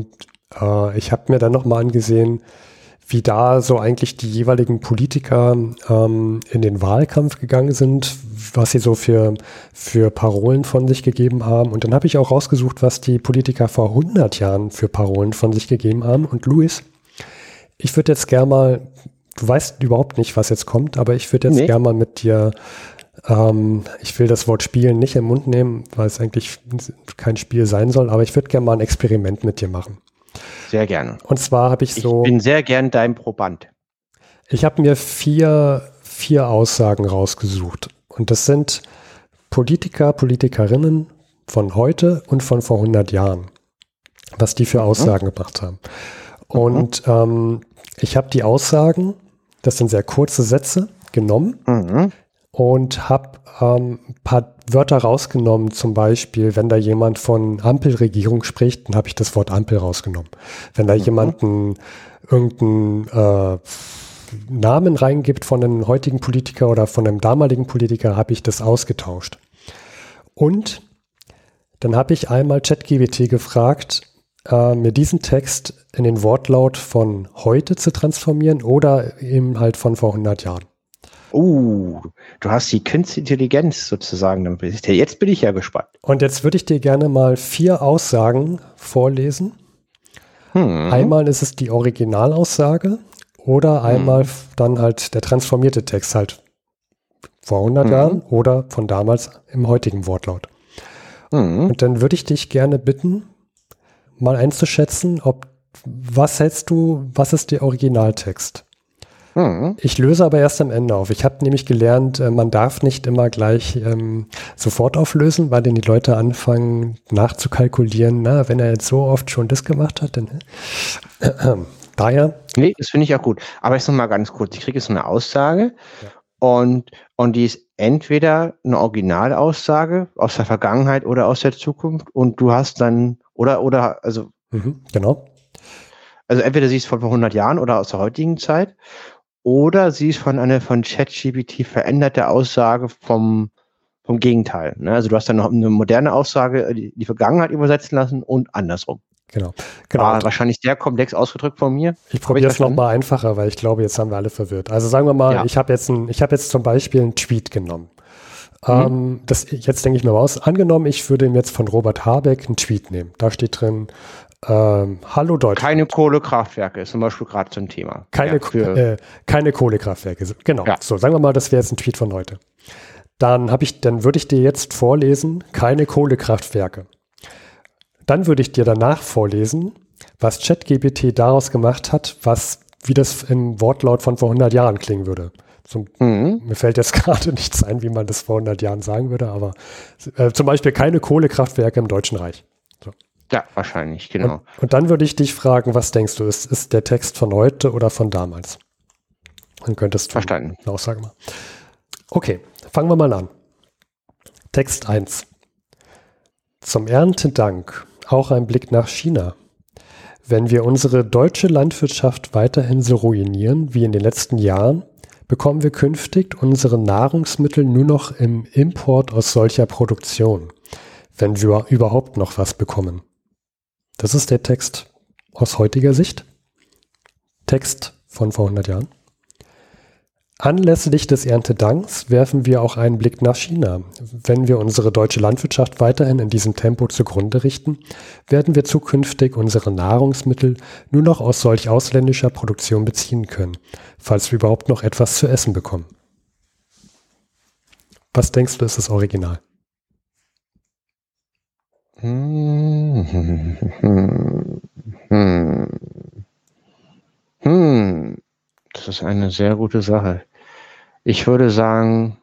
Äh, ich habe mir dann nochmal angesehen, wie da so eigentlich die jeweiligen Politiker ähm, in den Wahlkampf gegangen sind, was sie so für, für Parolen von sich gegeben haben. Und dann habe ich auch rausgesucht, was die Politiker vor hundert Jahren für Parolen von sich gegeben haben. Und Luis, ich würde jetzt gerne mal, du weißt überhaupt nicht, was jetzt kommt, aber ich würde jetzt nee. gerne mal mit dir, ähm, ich will das Wort Spielen nicht im Mund nehmen, weil es eigentlich kein Spiel sein soll, aber ich würde gerne mal ein Experiment mit dir machen. Sehr gerne. Und zwar habe ich so... Ich bin sehr gern dein Proband. Ich habe mir vier, vier Aussagen rausgesucht. Und das sind Politiker, Politikerinnen von heute und von vor hundert Jahren. Was die für Aussagen mhm. gebracht haben. Und mhm. ähm, ich habe die Aussagen, das sind sehr kurze Sätze, genommen mhm. und habe ähm, ein paar Wörter rausgenommen, zum Beispiel, wenn da jemand von Ampelregierung spricht, dann habe ich das Wort Ampel rausgenommen. Wenn da mhm. jemand einen, irgendeinen äh, Namen reingibt von einem heutigen Politiker oder von einem damaligen Politiker, habe ich das ausgetauscht. Und dann habe ich einmal ChatGPT gefragt, äh, mir diesen Text in den Wortlaut von heute zu transformieren oder eben halt von vor hundert Jahren. Uh, du hast die Künstliche Intelligenz sozusagen. Jetzt bin ich ja gespannt. Und jetzt würde ich dir gerne mal vier Aussagen vorlesen. Hm. Einmal ist es die Originalaussage oder einmal hm. dann halt der transformierte Text halt vor hundert hm. Jahren oder von damals im heutigen Wortlaut. Hm. Und dann würde ich dich gerne bitten, mal einzuschätzen, ob, was hältst du, was ist der Originaltext? Ich löse aber erst am Ende auf. Ich habe nämlich gelernt, man darf nicht immer gleich ähm, sofort auflösen, weil dann die Leute anfangen nachzukalkulieren, na, wenn er jetzt so oft schon das gemacht hat, dann äh, äh, daher. Nee, das finde ich auch gut. Aber jetzt noch mal ganz kurz, ich kriege jetzt so eine Aussage ja. und, und die ist entweder eine Originalaussage aus der Vergangenheit oder aus der Zukunft und du hast dann, oder, oder, also. Mhm, genau. Also entweder sie ist von vor hundert Jahren oder aus der heutigen Zeit. Oder sie ist von einer von ChatGPT veränderte Aussage vom, vom Gegenteil. Ne? Also du hast dann noch eine moderne Aussage, die, die Vergangenheit übersetzen lassen und andersrum. Genau. genau. War wahrscheinlich sehr komplex ausgedrückt von mir. Ich probiere es nochmal einfacher, weil ich glaube, jetzt haben wir alle verwirrt. Also sagen wir mal, ja. ich habe jetzt, ein, ich hab jetzt zum Beispiel einen Tweet genommen. Mhm. Ähm, das, jetzt denke ich mir mal aus. Angenommen, ich würde jetzt von Robert Habeck einen Tweet nehmen. Da steht drin, Ähm, Hallo Deutschland. Keine Kohlekraftwerke ist zum Beispiel gerade zum Thema. Keine, ja, für äh, keine Kohlekraftwerke. Genau. Ja. So, sagen wir mal, das wäre jetzt ein Tweet von heute. Dann habe ich, dann würde ich dir jetzt vorlesen, keine Kohlekraftwerke. Dann würde ich dir danach vorlesen, was ChatGPT daraus gemacht hat, was, wie das im Wortlaut von vor hundert Jahren klingen würde. Zum, mhm. Mir fällt jetzt gerade nichts ein, wie man das vor hundert Jahren sagen würde, aber äh, zum Beispiel keine Kohlekraftwerke im Deutschen Reich. So. Ja, wahrscheinlich, genau. Und, und dann würde ich dich fragen, was denkst du, ist, ist der Text von heute oder von damals? Dann könntest du Verstanden. eine Aussage machen. Okay, fangen wir mal an. Text eins. Zum Erntedank auch ein Blick nach China. Wenn wir unsere deutsche Landwirtschaft weiterhin so ruinieren wie in den letzten Jahren, bekommen wir künftig unsere Nahrungsmittel nur noch im Import aus solcher Produktion, wenn wir überhaupt noch was bekommen. Das ist der Text aus heutiger Sicht. Text von vor hundert Jahren. Anlässlich des Erntedanks werfen wir auch einen Blick nach China. Wenn wir unsere deutsche Landwirtschaft weiterhin in diesem Tempo zugrunde richten, werden wir zukünftig unsere Nahrungsmittel nur noch aus solch ausländischer Produktion beziehen können, falls wir überhaupt noch etwas zu essen bekommen. Was denkst du, ist das Original? Hm, hm, hm, hm. Das ist eine sehr gute Sache. Ich würde sagen,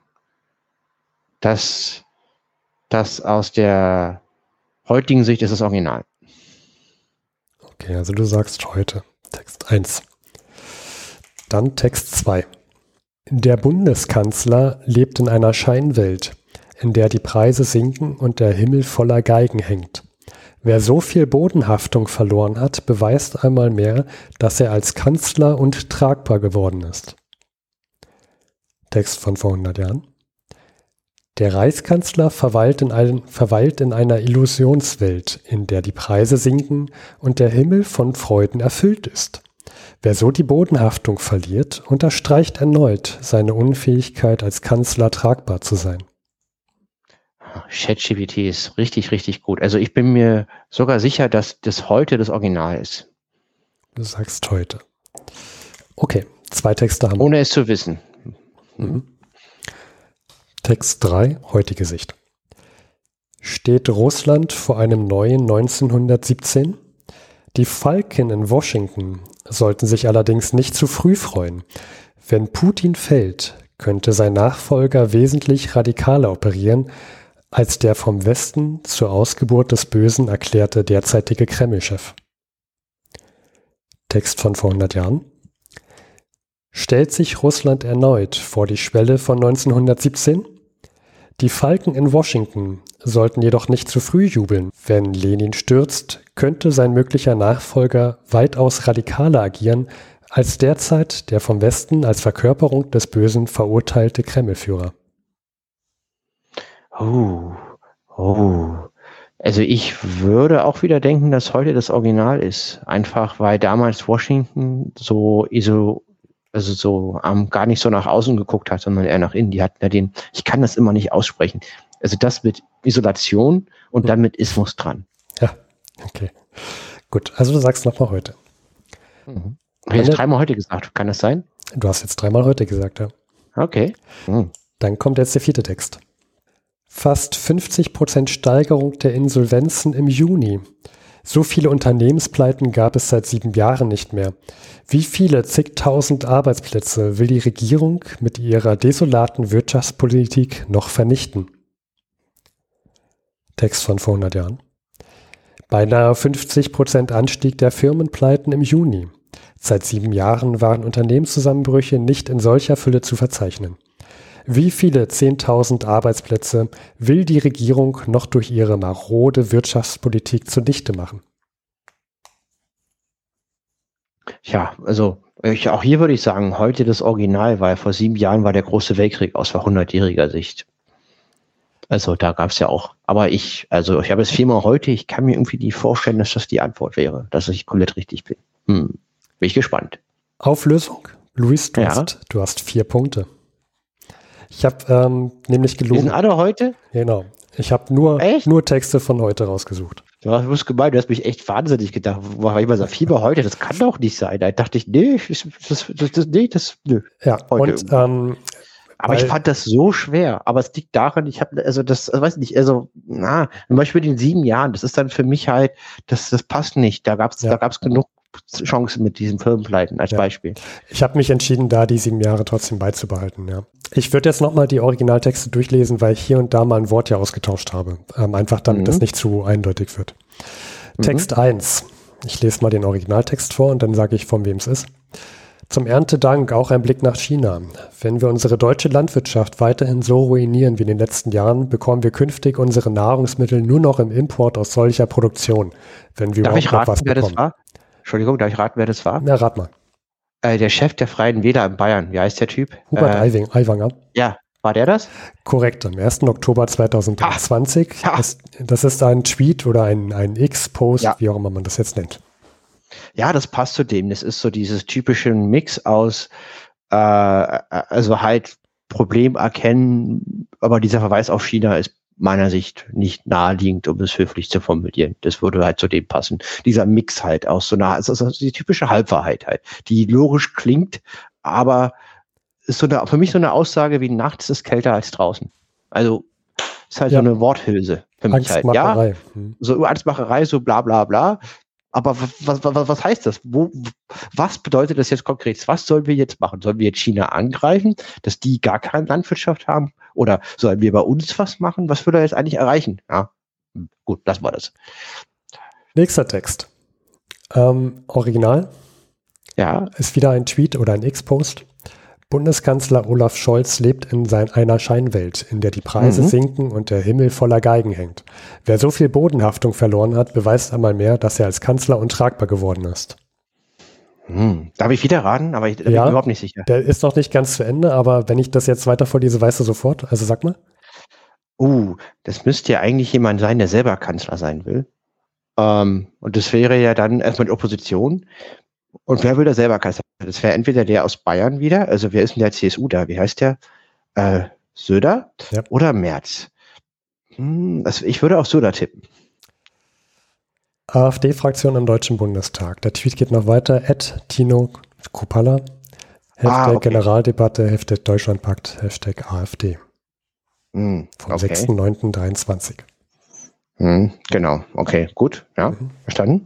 dass das aus der heutigen Sicht ist das Original. Okay, also du sagst heute. Text eins. Dann Text zwei. Der Bundeskanzler lebt in einer Scheinwelt, in der die Preise sinken und der Himmel voller Geigen hängt. Wer so viel Bodenhaftung verloren hat, beweist einmal mehr, dass er als Kanzler untragbar geworden ist. Text von vor hundert Jahren. Der Reichskanzler verweilt in, ein, verweilt in einer Illusionswelt, in der die Preise sinken und der Himmel von Freuden erfüllt ist. Wer so die Bodenhaftung verliert, unterstreicht erneut seine Unfähigkeit, als Kanzler tragbar zu sein. ChatGPT ist richtig, richtig gut. Also ich bin mir sogar sicher, dass das heute das Original ist. Du sagst heute. Okay, zwei Texte haben wir. Ohne es zu wissen. Mhm. Text drei, heutige Sicht. Steht Russland vor einem neuen neunzehnhundertsiebzehn? Die Falken in Washington sollten sich allerdings nicht zu früh freuen. Wenn Putin fällt, könnte sein Nachfolger wesentlich radikaler operieren, als der vom Westen zur Ausgeburt des Bösen erklärte derzeitige Kreml-Chef. Text von vor hundert Jahren. Stellt sich Russland erneut vor die Schwelle von neunzehnhundertsiebzehn? Die Falken in Washington sollten jedoch nicht zu früh jubeln. Wenn Lenin stürzt, könnte sein möglicher Nachfolger weitaus radikaler agieren als derzeit der vom Westen als Verkörperung des Bösen verurteilte Kremlführer. Oh, oh. Also ich würde auch wieder denken, dass heute das Original ist. Einfach weil damals Washington so iso, also so ähm, gar nicht so nach außen geguckt hat, sondern eher nach innen. Die hatten ja den, ich kann das immer nicht aussprechen. Also das mit Isolation und dann mit Ismus dran. Ja, okay. Gut, also du sagst nochmal heute. Mhm. Ich habe jetzt dreimal heute gesagt, kann das sein? Du hast jetzt dreimal heute gesagt, ja. Okay. Mhm. Dann kommt jetzt der vierte Text. Fast fünfzig Prozent Steigerung der Insolvenzen im Juni. So viele Unternehmenspleiten gab es seit sieben Jahren nicht mehr. Wie viele zigtausend Arbeitsplätze will die Regierung mit ihrer desolaten Wirtschaftspolitik noch vernichten? Text von vor hundert Jahren. Beinahe fünfzig Prozent Anstieg der Firmenpleiten im Juni. Seit sieben Jahren waren Unternehmenszusammenbrüche nicht in solcher Fülle zu verzeichnen. Wie viele zehntausend Arbeitsplätze will die Regierung noch durch ihre marode Wirtschaftspolitik zunichte machen? Ja, also ich, auch hier würde ich sagen, heute das Original, weil vor sieben Jahren war der große Weltkrieg aus hundertjähriger Sicht. Also da gab es ja auch, aber ich, also ich habe es viermal heute, ich kann mir irgendwie nicht vorstellen, dass das die Antwort wäre, dass ich komplett richtig bin. Hm. Bin ich gespannt. Auflösung? Luis, du, ja. hast, du hast vier Punkte. Ich habe ähm, nämlich gelogen. Die sind alle heute? Genau. Ich habe nur, nur Texte von heute rausgesucht. Du hast gemeint, du hast mich echt wahnsinnig gedacht. Weil ich immer so, Fieber heute, das kann doch nicht sein. Da dachte ich, nee, das, das, das, das, nee, das, nö. Ja, heute und, ähm, aber ich fand das so schwer. Aber es liegt daran, ich habe, also das, also weiß nicht, also, na, zum Beispiel in den sieben Jahren, das ist dann für mich halt, das, das passt nicht. Da gab's, ja. da gab's genug Chancen mit diesen Firmenpleiten als ja. Beispiel. Ich habe mich entschieden, da die sieben Jahre trotzdem beizubehalten, ja. Ich würde jetzt nochmal die Originaltexte durchlesen, weil ich hier und da mal ein Wort ja ausgetauscht habe. Ähm, einfach damit mhm. das nicht zu eindeutig wird. Mhm. Text eins. Ich lese mal den Originaltext vor und dann sage ich, von wem es ist. Zum Erntedank auch ein Blick nach China. Wenn wir unsere deutsche Landwirtschaft weiterhin so ruinieren wie in den letzten Jahren, bekommen wir künftig unsere Nahrungsmittel nur noch im Import aus solcher Produktion. Wenn wir Darf überhaupt ich raten, noch was wer bekommen. Das war? Entschuldigung, darf ich raten, wer das war? Na, rat mal. Äh, der Chef der Freien Wähler in Bayern. Wie heißt der Typ? Hubert äh, Aiwanger. Ja, war der das? Korrekt, am ersten Oktober zweitausendzwanzig. Ah, das, das ist ein Tweet oder ein, ein X-Post, ja. wie auch immer man das jetzt nennt. Ja, das passt zu dem. Das ist so dieses typische Mix aus, äh, also halt Problem erkennen, aber dieser Verweis auf China ist meiner Sicht nicht naheliegend, um es höflich zu formulieren. Das würde halt zu dem passen. Dieser Mix halt aus so einer, also die typische Halbwahrheit halt, die logisch klingt, aber ist so eine, für mich so eine Aussage wie nachts ist kälter als draußen. Also ist halt ja. so eine Worthülse für mich halt. Ja, hm. so Angstmacherei, so bla bla bla. Aber was, was, was heißt das? Wo, was bedeutet das jetzt konkret? Was sollen wir jetzt machen? Sollen wir jetzt China angreifen, dass die gar keine Landwirtschaft haben? Oder sollen wir bei uns was machen? Was würde er jetzt eigentlich erreichen? Ja, gut, das war das. Nächster Text. Ähm, Original. Ja. Ist wieder ein Tweet oder ein X-Post. Bundeskanzler Olaf Scholz lebt in sein, einer Scheinwelt, in der die Preise mhm. sinken und der Himmel voller Geigen hängt. Wer so viel Bodenhaftung verloren hat, beweist einmal mehr, dass er als Kanzler untragbar geworden ist. Hm. Darf ich wieder raten? Aber ich ja, bin mir überhaupt nicht sicher. Der ist noch nicht ganz zu Ende, aber wenn ich das jetzt weiter vorlese, weißt du sofort. Also sag mal. Uh, das müsste ja eigentlich jemand sein, der selber Kanzler sein will. Ähm, und das wäre ja dann erstmal die Opposition. Und wer will da selber Kanzler? Das wäre entweder der aus Bayern wieder, also wer ist denn der C S U da? Wie heißt der? Äh, Söder Ja. oder Merz? Hm, also ich würde auf Söder tippen. AfD-Fraktion im Deutschen Bundestag. Der Tweet geht noch weiter. At Tino Kruppalla. Hashtag Ah, okay. Generaldebatte, Hashtag Deutschlandpakt, Hashtag AfD. Hm, Vom okay. sechster neunter dreiundzwanzig. Hm, genau, okay, gut, ja, Mhm. verstanden.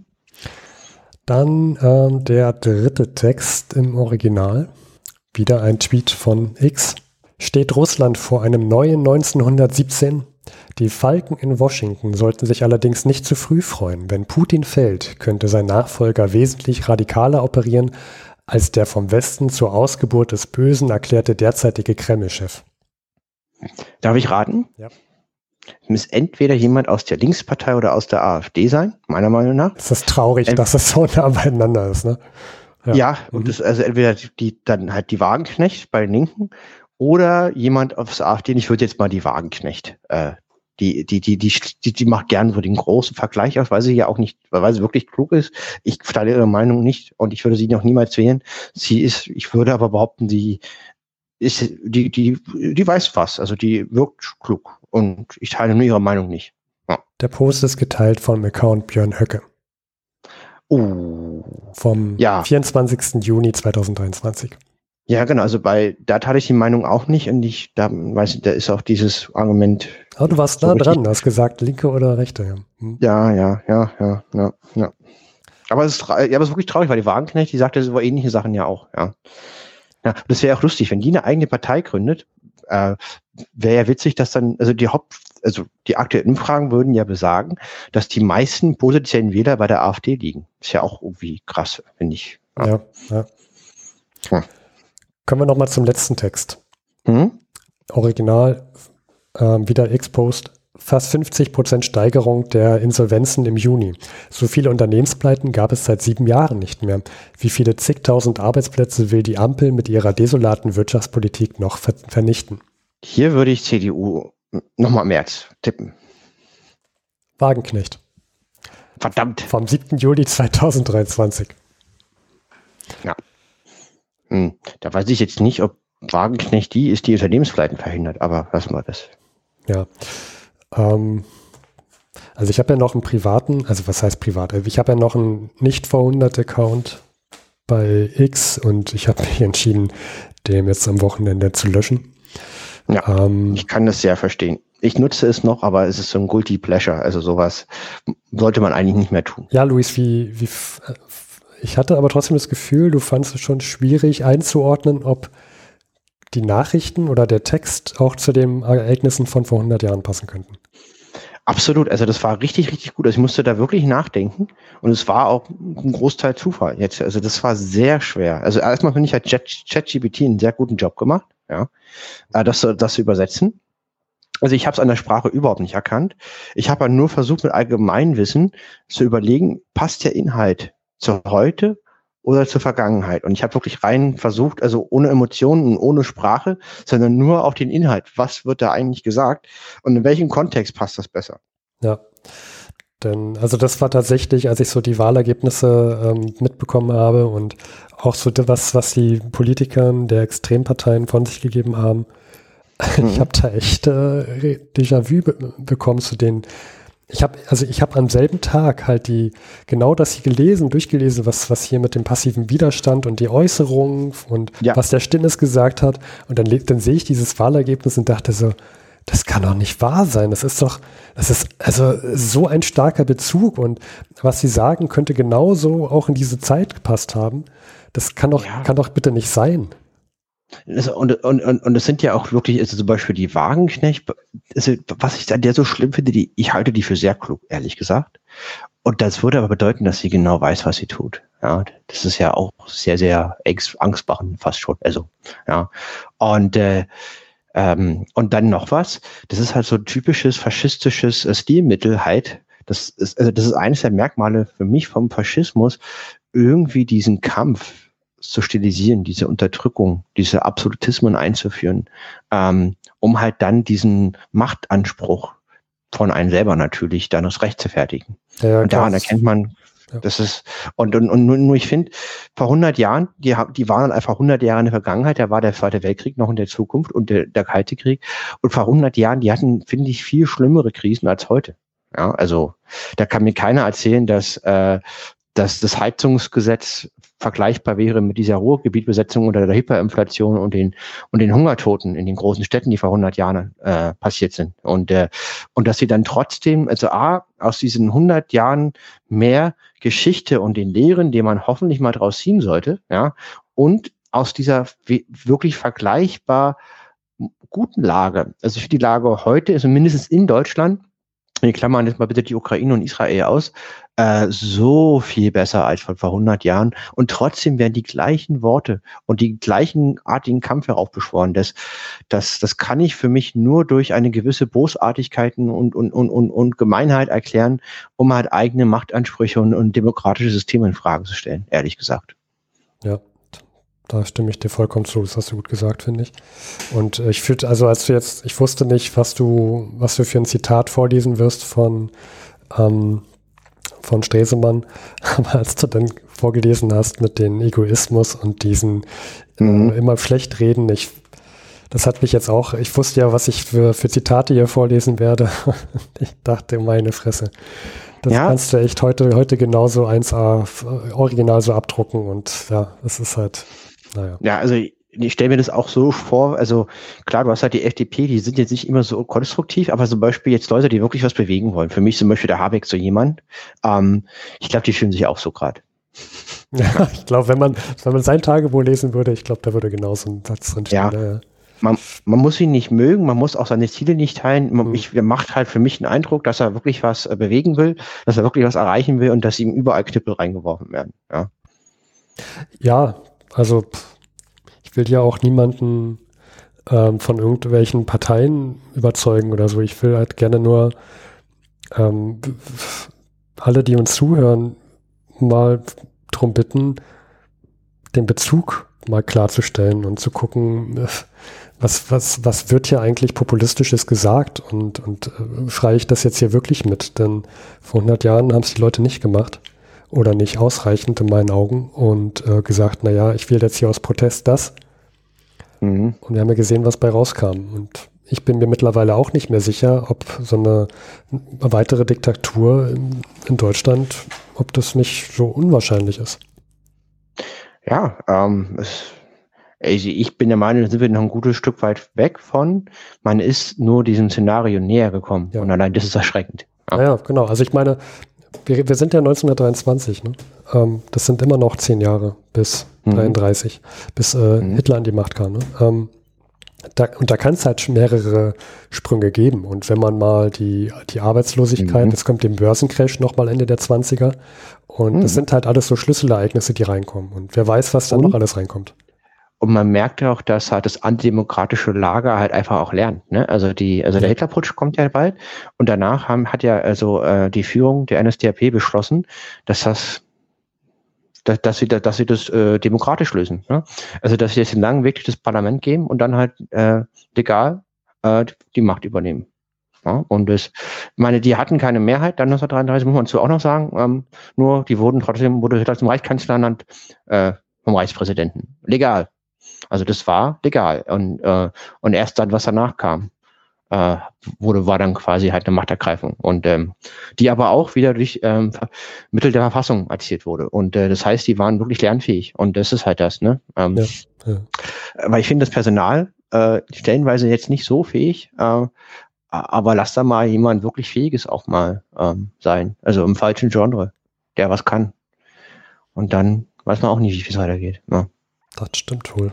Dann ähm, der dritte Text im Original. Wieder ein Tweet von X. Steht Russland vor einem neuen neunzehnhundertsiebzehn? Die Falken in Washington sollten sich allerdings nicht zu früh freuen. Wenn Putin fällt, könnte sein Nachfolger wesentlich radikaler operieren als der vom Westen zur Ausgeburt des Bösen erklärte derzeitige Kreml-Chef. Darf ich raten? Ja. Es muss entweder jemand aus der Linkspartei oder aus der AfD sein, meiner Meinung nach. Es ist traurig, Ent- dass es so nah beieinander ist, ne? Ja, Ja. und Mhm. das also entweder die dann halt die Wagenknecht bei den Linken oder jemand aus der AfD. Ich würde jetzt mal die Wagenknecht. Äh, die, die, die, die, die, die macht gern so den großen Vergleich aus, weil sie ja auch nicht, weil sie wirklich klug ist. Ich teile ihre Meinung nicht und ich würde sie noch niemals wählen. Sie ist, ich würde aber behaupten, sie ist, die, die, die weiß was. Also die wirkt klug und ich teile nur ihre Meinung nicht. Der Post ist geteilt vom Account Björn Höcke Oh. vom Ja. vierundzwanzigster Juni zweitausenddreiundzwanzig. Ja, genau. Also bei, da teile ich die Meinung auch nicht und ich, da weiß ich, da ist auch dieses Argument. Aber du warst So nah richtig- dran, du hast gesagt, linke oder rechte. Ja. Hm. Ja, ja, ja, ja, ja, ja. Aber es ist, tra- ja, aber es ist wirklich traurig, weil die Wagenknecht, die sagte so ähnliche Sachen ja auch, ja. Ja, das wäre auch lustig, wenn die eine eigene Partei gründet, äh, wäre ja witzig, dass dann, also die Haupt, also die aktuellen Umfragen würden ja besagen, dass die meisten potenziellen Wähler bei der AfD liegen. Ist ja auch irgendwie krass, finde ich. Ja, ja. Hm. Kommen wir nochmal zum letzten Text. Hm? Original, ähm, wieder X-Post. Fast fünfzig Prozent Steigerung der Insolvenzen im Juni. So viele Unternehmenspleiten gab es seit sieben Jahren nicht mehr. Wie viele zigtausend Arbeitsplätze will die Ampel mit ihrer desolaten Wirtschaftspolitik noch ver vernichten? Hier würde ich C D U nochmal März tippen. Wagenknecht. Verdammt. Vom siebter Juli zweitausenddreiundzwanzig. Hm. Da weiß ich jetzt nicht, ob Wagenknecht die ist, die Unternehmenspleiten verhindert, aber lassen wir das. Ja. Ähm, also ich habe ja noch einen privaten, also was heißt privat? Ich habe ja noch einen nicht verhundert Account bei X und ich habe mich entschieden, den jetzt am Wochenende zu löschen. Ja, Ähm, ich kann das sehr verstehen. Ich nutze es noch, aber es ist so ein Guilty Pleasure. Also sowas sollte man eigentlich nicht mehr tun. ja, Luis, wie, wie, f- äh, f- ich hatte aber trotzdem das Gefühl, du fandest es schon schwierig einzuordnen, ob die Nachrichten oder der Text auch zu den Ereignissen von vor hundert Jahren passen könnten. Absolut. Also das war richtig, richtig gut. Also ich musste da wirklich nachdenken und es war auch ein Großteil Zufall jetzt. Also das war sehr schwer. Also erstmal finde ich, hat Chat- ChatGPT einen sehr guten Job gemacht, ja, äh, das, zu- das zu übersetzen. Also ich habe es an der Sprache überhaupt nicht erkannt. Ich habe nur versucht, mit Allgemeinwissen zu überlegen, passt der Inhalt zu heute oder zur Vergangenheit? Und ich habe wirklich rein versucht, also ohne Emotionen und ohne Sprache, sondern nur auf den Inhalt. Was wird da eigentlich gesagt? Und in welchem Kontext passt das besser? Ja, denn also das war tatsächlich, als ich so die Wahlergebnisse ähm, mitbekommen habe und auch so was, was die Politikern der Extremparteien von sich gegeben haben. Ich habe da echt äh, Déjà-vu be bekommen zu den. Ich habe also ich habe am selben Tag halt die genau das hier gelesen, durchgelesen, was was hier mit dem passiven Widerstand und die Äußerungen und Ja. was der Stinnes gesagt hat. Und dann le- dann sehe ich dieses Wahlergebnis und dachte so, das kann doch nicht wahr sein. Das ist doch, das ist also so ein starker Bezug und was sie sagen, könnte genauso auch in diese Zeit gepasst haben. Das kann doch, Ja. kann doch bitte nicht sein. Das, und, und, und, und es sind ja auch wirklich, also zum Beispiel die Wagenknecht, also was ich an der so schlimm finde, die, ich halte die für sehr klug, ehrlich gesagt. Und das würde aber bedeuten, dass sie genau weiß, was sie tut. Ja, das ist ja auch sehr, sehr angst- angstmachend fast schon. Also, ja. Und, äh, ähm, und dann noch was, das ist halt so ein typisches faschistisches äh, Stilmittel halt. Das ist, also das ist eines der Merkmale für mich vom Faschismus, irgendwie diesen Kampf zu stilisieren, diese Unterdrückung, diese Absolutismen einzuführen, ähm, um halt dann diesen Machtanspruch von einem selber natürlich dann das Recht zu fertigen. Ja, und daran erkennt man, ja. das ist, und, und, und nur, nur ich finde, vor hundert Jahren, die, die waren dann einfach hundert Jahre in der Vergangenheit, da war der Zweite Weltkrieg noch in der Zukunft und der, der Kalte Krieg. Und vor hundert Jahren, die hatten, finde ich, viel schlimmere Krisen als heute. Ja, also, da kann mir keiner erzählen, dass, äh, dass das Heizungsgesetz vergleichbar wäre mit dieser Ruhrgebietbesetzung oder der Hyperinflation und den und den Hungertoten in den großen Städten, die vor hundert Jahren äh, passiert sind. Und äh, und dass sie dann trotzdem, also A, aus diesen hundert Jahren mehr Geschichte und den Lehren, die man hoffentlich mal draus ziehen sollte, ja, und aus dieser wirklich vergleichbar guten Lage, also für die Lage heute, also mindestens in Deutschland, wir klammern jetzt mal bitte die Ukraine und Israel aus, äh, so viel besser als vor, vor hundert Jahren. Und trotzdem werden die gleichen Worte und die gleichen artigen Kampf heraufbeschworen. Das, das, das kann ich für mich nur durch eine gewisse Bosartigkeiten und, und, und, und, und Gemeinheit erklären, um halt eigene Machtansprüche und, und demokratische Systeme in Frage zu stellen, ehrlich gesagt. Ja. Da stimme ich dir vollkommen zu, das hast du gut gesagt, finde ich. Und äh, ich fühlte, also als du jetzt, ich wusste nicht, was du, was du für ein Zitat vorlesen wirst von, ähm, von Stresemann, aber als du dann vorgelesen hast mit dem Egoismus und diesen mhm. äh, immer schlecht reden, ich, das hat mich jetzt auch, ich wusste ja, was ich für, für Zitate hier vorlesen werde. Ich dachte, meine Fresse. Das ja. kannst du echt heute, heute genauso eins A original so abdrucken und ja, das ist halt, naja. Ja, also ich, ich stelle mir das auch so vor, also klar, du hast halt die F D P, die sind jetzt nicht immer so konstruktiv, aber zum Beispiel jetzt Leute, die wirklich was bewegen wollen. Für mich zum Beispiel der Habeck so jemand, ähm, ich glaube, die fühlen sich auch so gerade. Ja, ich glaube, wenn man, wenn man sein Tagebuch lesen würde, ich glaube, da würde genauso ein Satz drinstehen. Ja. ja. Man, man muss ihn nicht mögen, man muss auch seine Ziele nicht teilen. Man, mhm. ich, er macht halt für mich den Eindruck, dass er wirklich was äh, bewegen will, dass er wirklich was erreichen will und dass ihm überall Knüppel reingeworfen werden. Ja, ja, also ich will ja auch niemanden ähm, von irgendwelchen Parteien überzeugen oder so. Ich will halt gerne nur ähm, alle, die uns zuhören, mal drum bitten, den Bezug mal klarzustellen und zu gucken, was, was, was wird hier eigentlich Populistisches gesagt und, und äh, schreie ich das jetzt hier wirklich mit? Denn vor hundert Jahren haben es die Leute nicht gemacht oder nicht ausreichend in meinen Augen und äh, gesagt, naja, ich will jetzt hier aus Protest das. Mhm. Und wir haben ja gesehen, was bei rauskam. Und ich bin mir mittlerweile auch nicht mehr sicher, ob so eine weitere Diktatur in, in Deutschland, ob das nicht so unwahrscheinlich ist. Ja, ähm, es, also ich bin der Meinung, da sind wir noch ein gutes Stück weit weg von. Man ist nur diesem Szenario näher gekommen. Ja. Und allein das ist erschreckend. Ja, ja genau. Also ich meine, wir, wir sind ja neunzehnhundertdreiundzwanzig. Ne? Ähm, das sind immer noch zehn Jahre bis mhm. dreiunddreißig, bis äh, mhm. Hitler an die Macht kam. Ne? Ähm, da, und da kann es halt mehrere Sprünge geben. Und wenn man mal die, die Arbeitslosigkeit, mhm. jetzt kommt den Börsencrash nochmal Ende der zwanziger. Und mhm. das sind halt alles so Schlüsselereignisse, die reinkommen. Und wer weiß, was da noch alles reinkommt. Und man merkt ja auch, dass halt das antidemokratische Lager halt einfach auch lernt. Ne? Also die, also der Hitlerputsch kommt ja bald und danach haben, hat ja also äh, die Führung der N S D A P beschlossen, dass das, dass, dass sie, dass sie das äh, demokratisch lösen. Ne? Also dass sie jetzt einen langen Weg durch das Parlament gehen und dann halt äh, legal äh, die Macht übernehmen. Ja? Und das, ich meine, die hatten keine Mehrheit, dann neunzehnhundertdreiunddreißig muss man dazu auch noch sagen. Ähm, nur die wurden trotzdem wurde Hitler zum Reichskanzler ernannt äh, vom Reichspräsidenten. Legal. Also das war legal und äh, und erst dann, was danach kam, äh, wurde war dann quasi halt eine Machtergreifung und ähm, die aber auch wieder durch ähm, Mittel der Verfassung erzielt wurde und äh, das heißt, die waren wirklich lernfähig und das ist halt das, ne? Ähm, ja, ja. Weil ich finde das Personal äh, stellenweise jetzt nicht so fähig, äh, aber lass da mal jemand wirklich Fähiges auch mal ähm, sein, also im falschen Genre, der was kann und dann weiß man auch nicht, wie es weitergeht. Ne? Das stimmt wohl.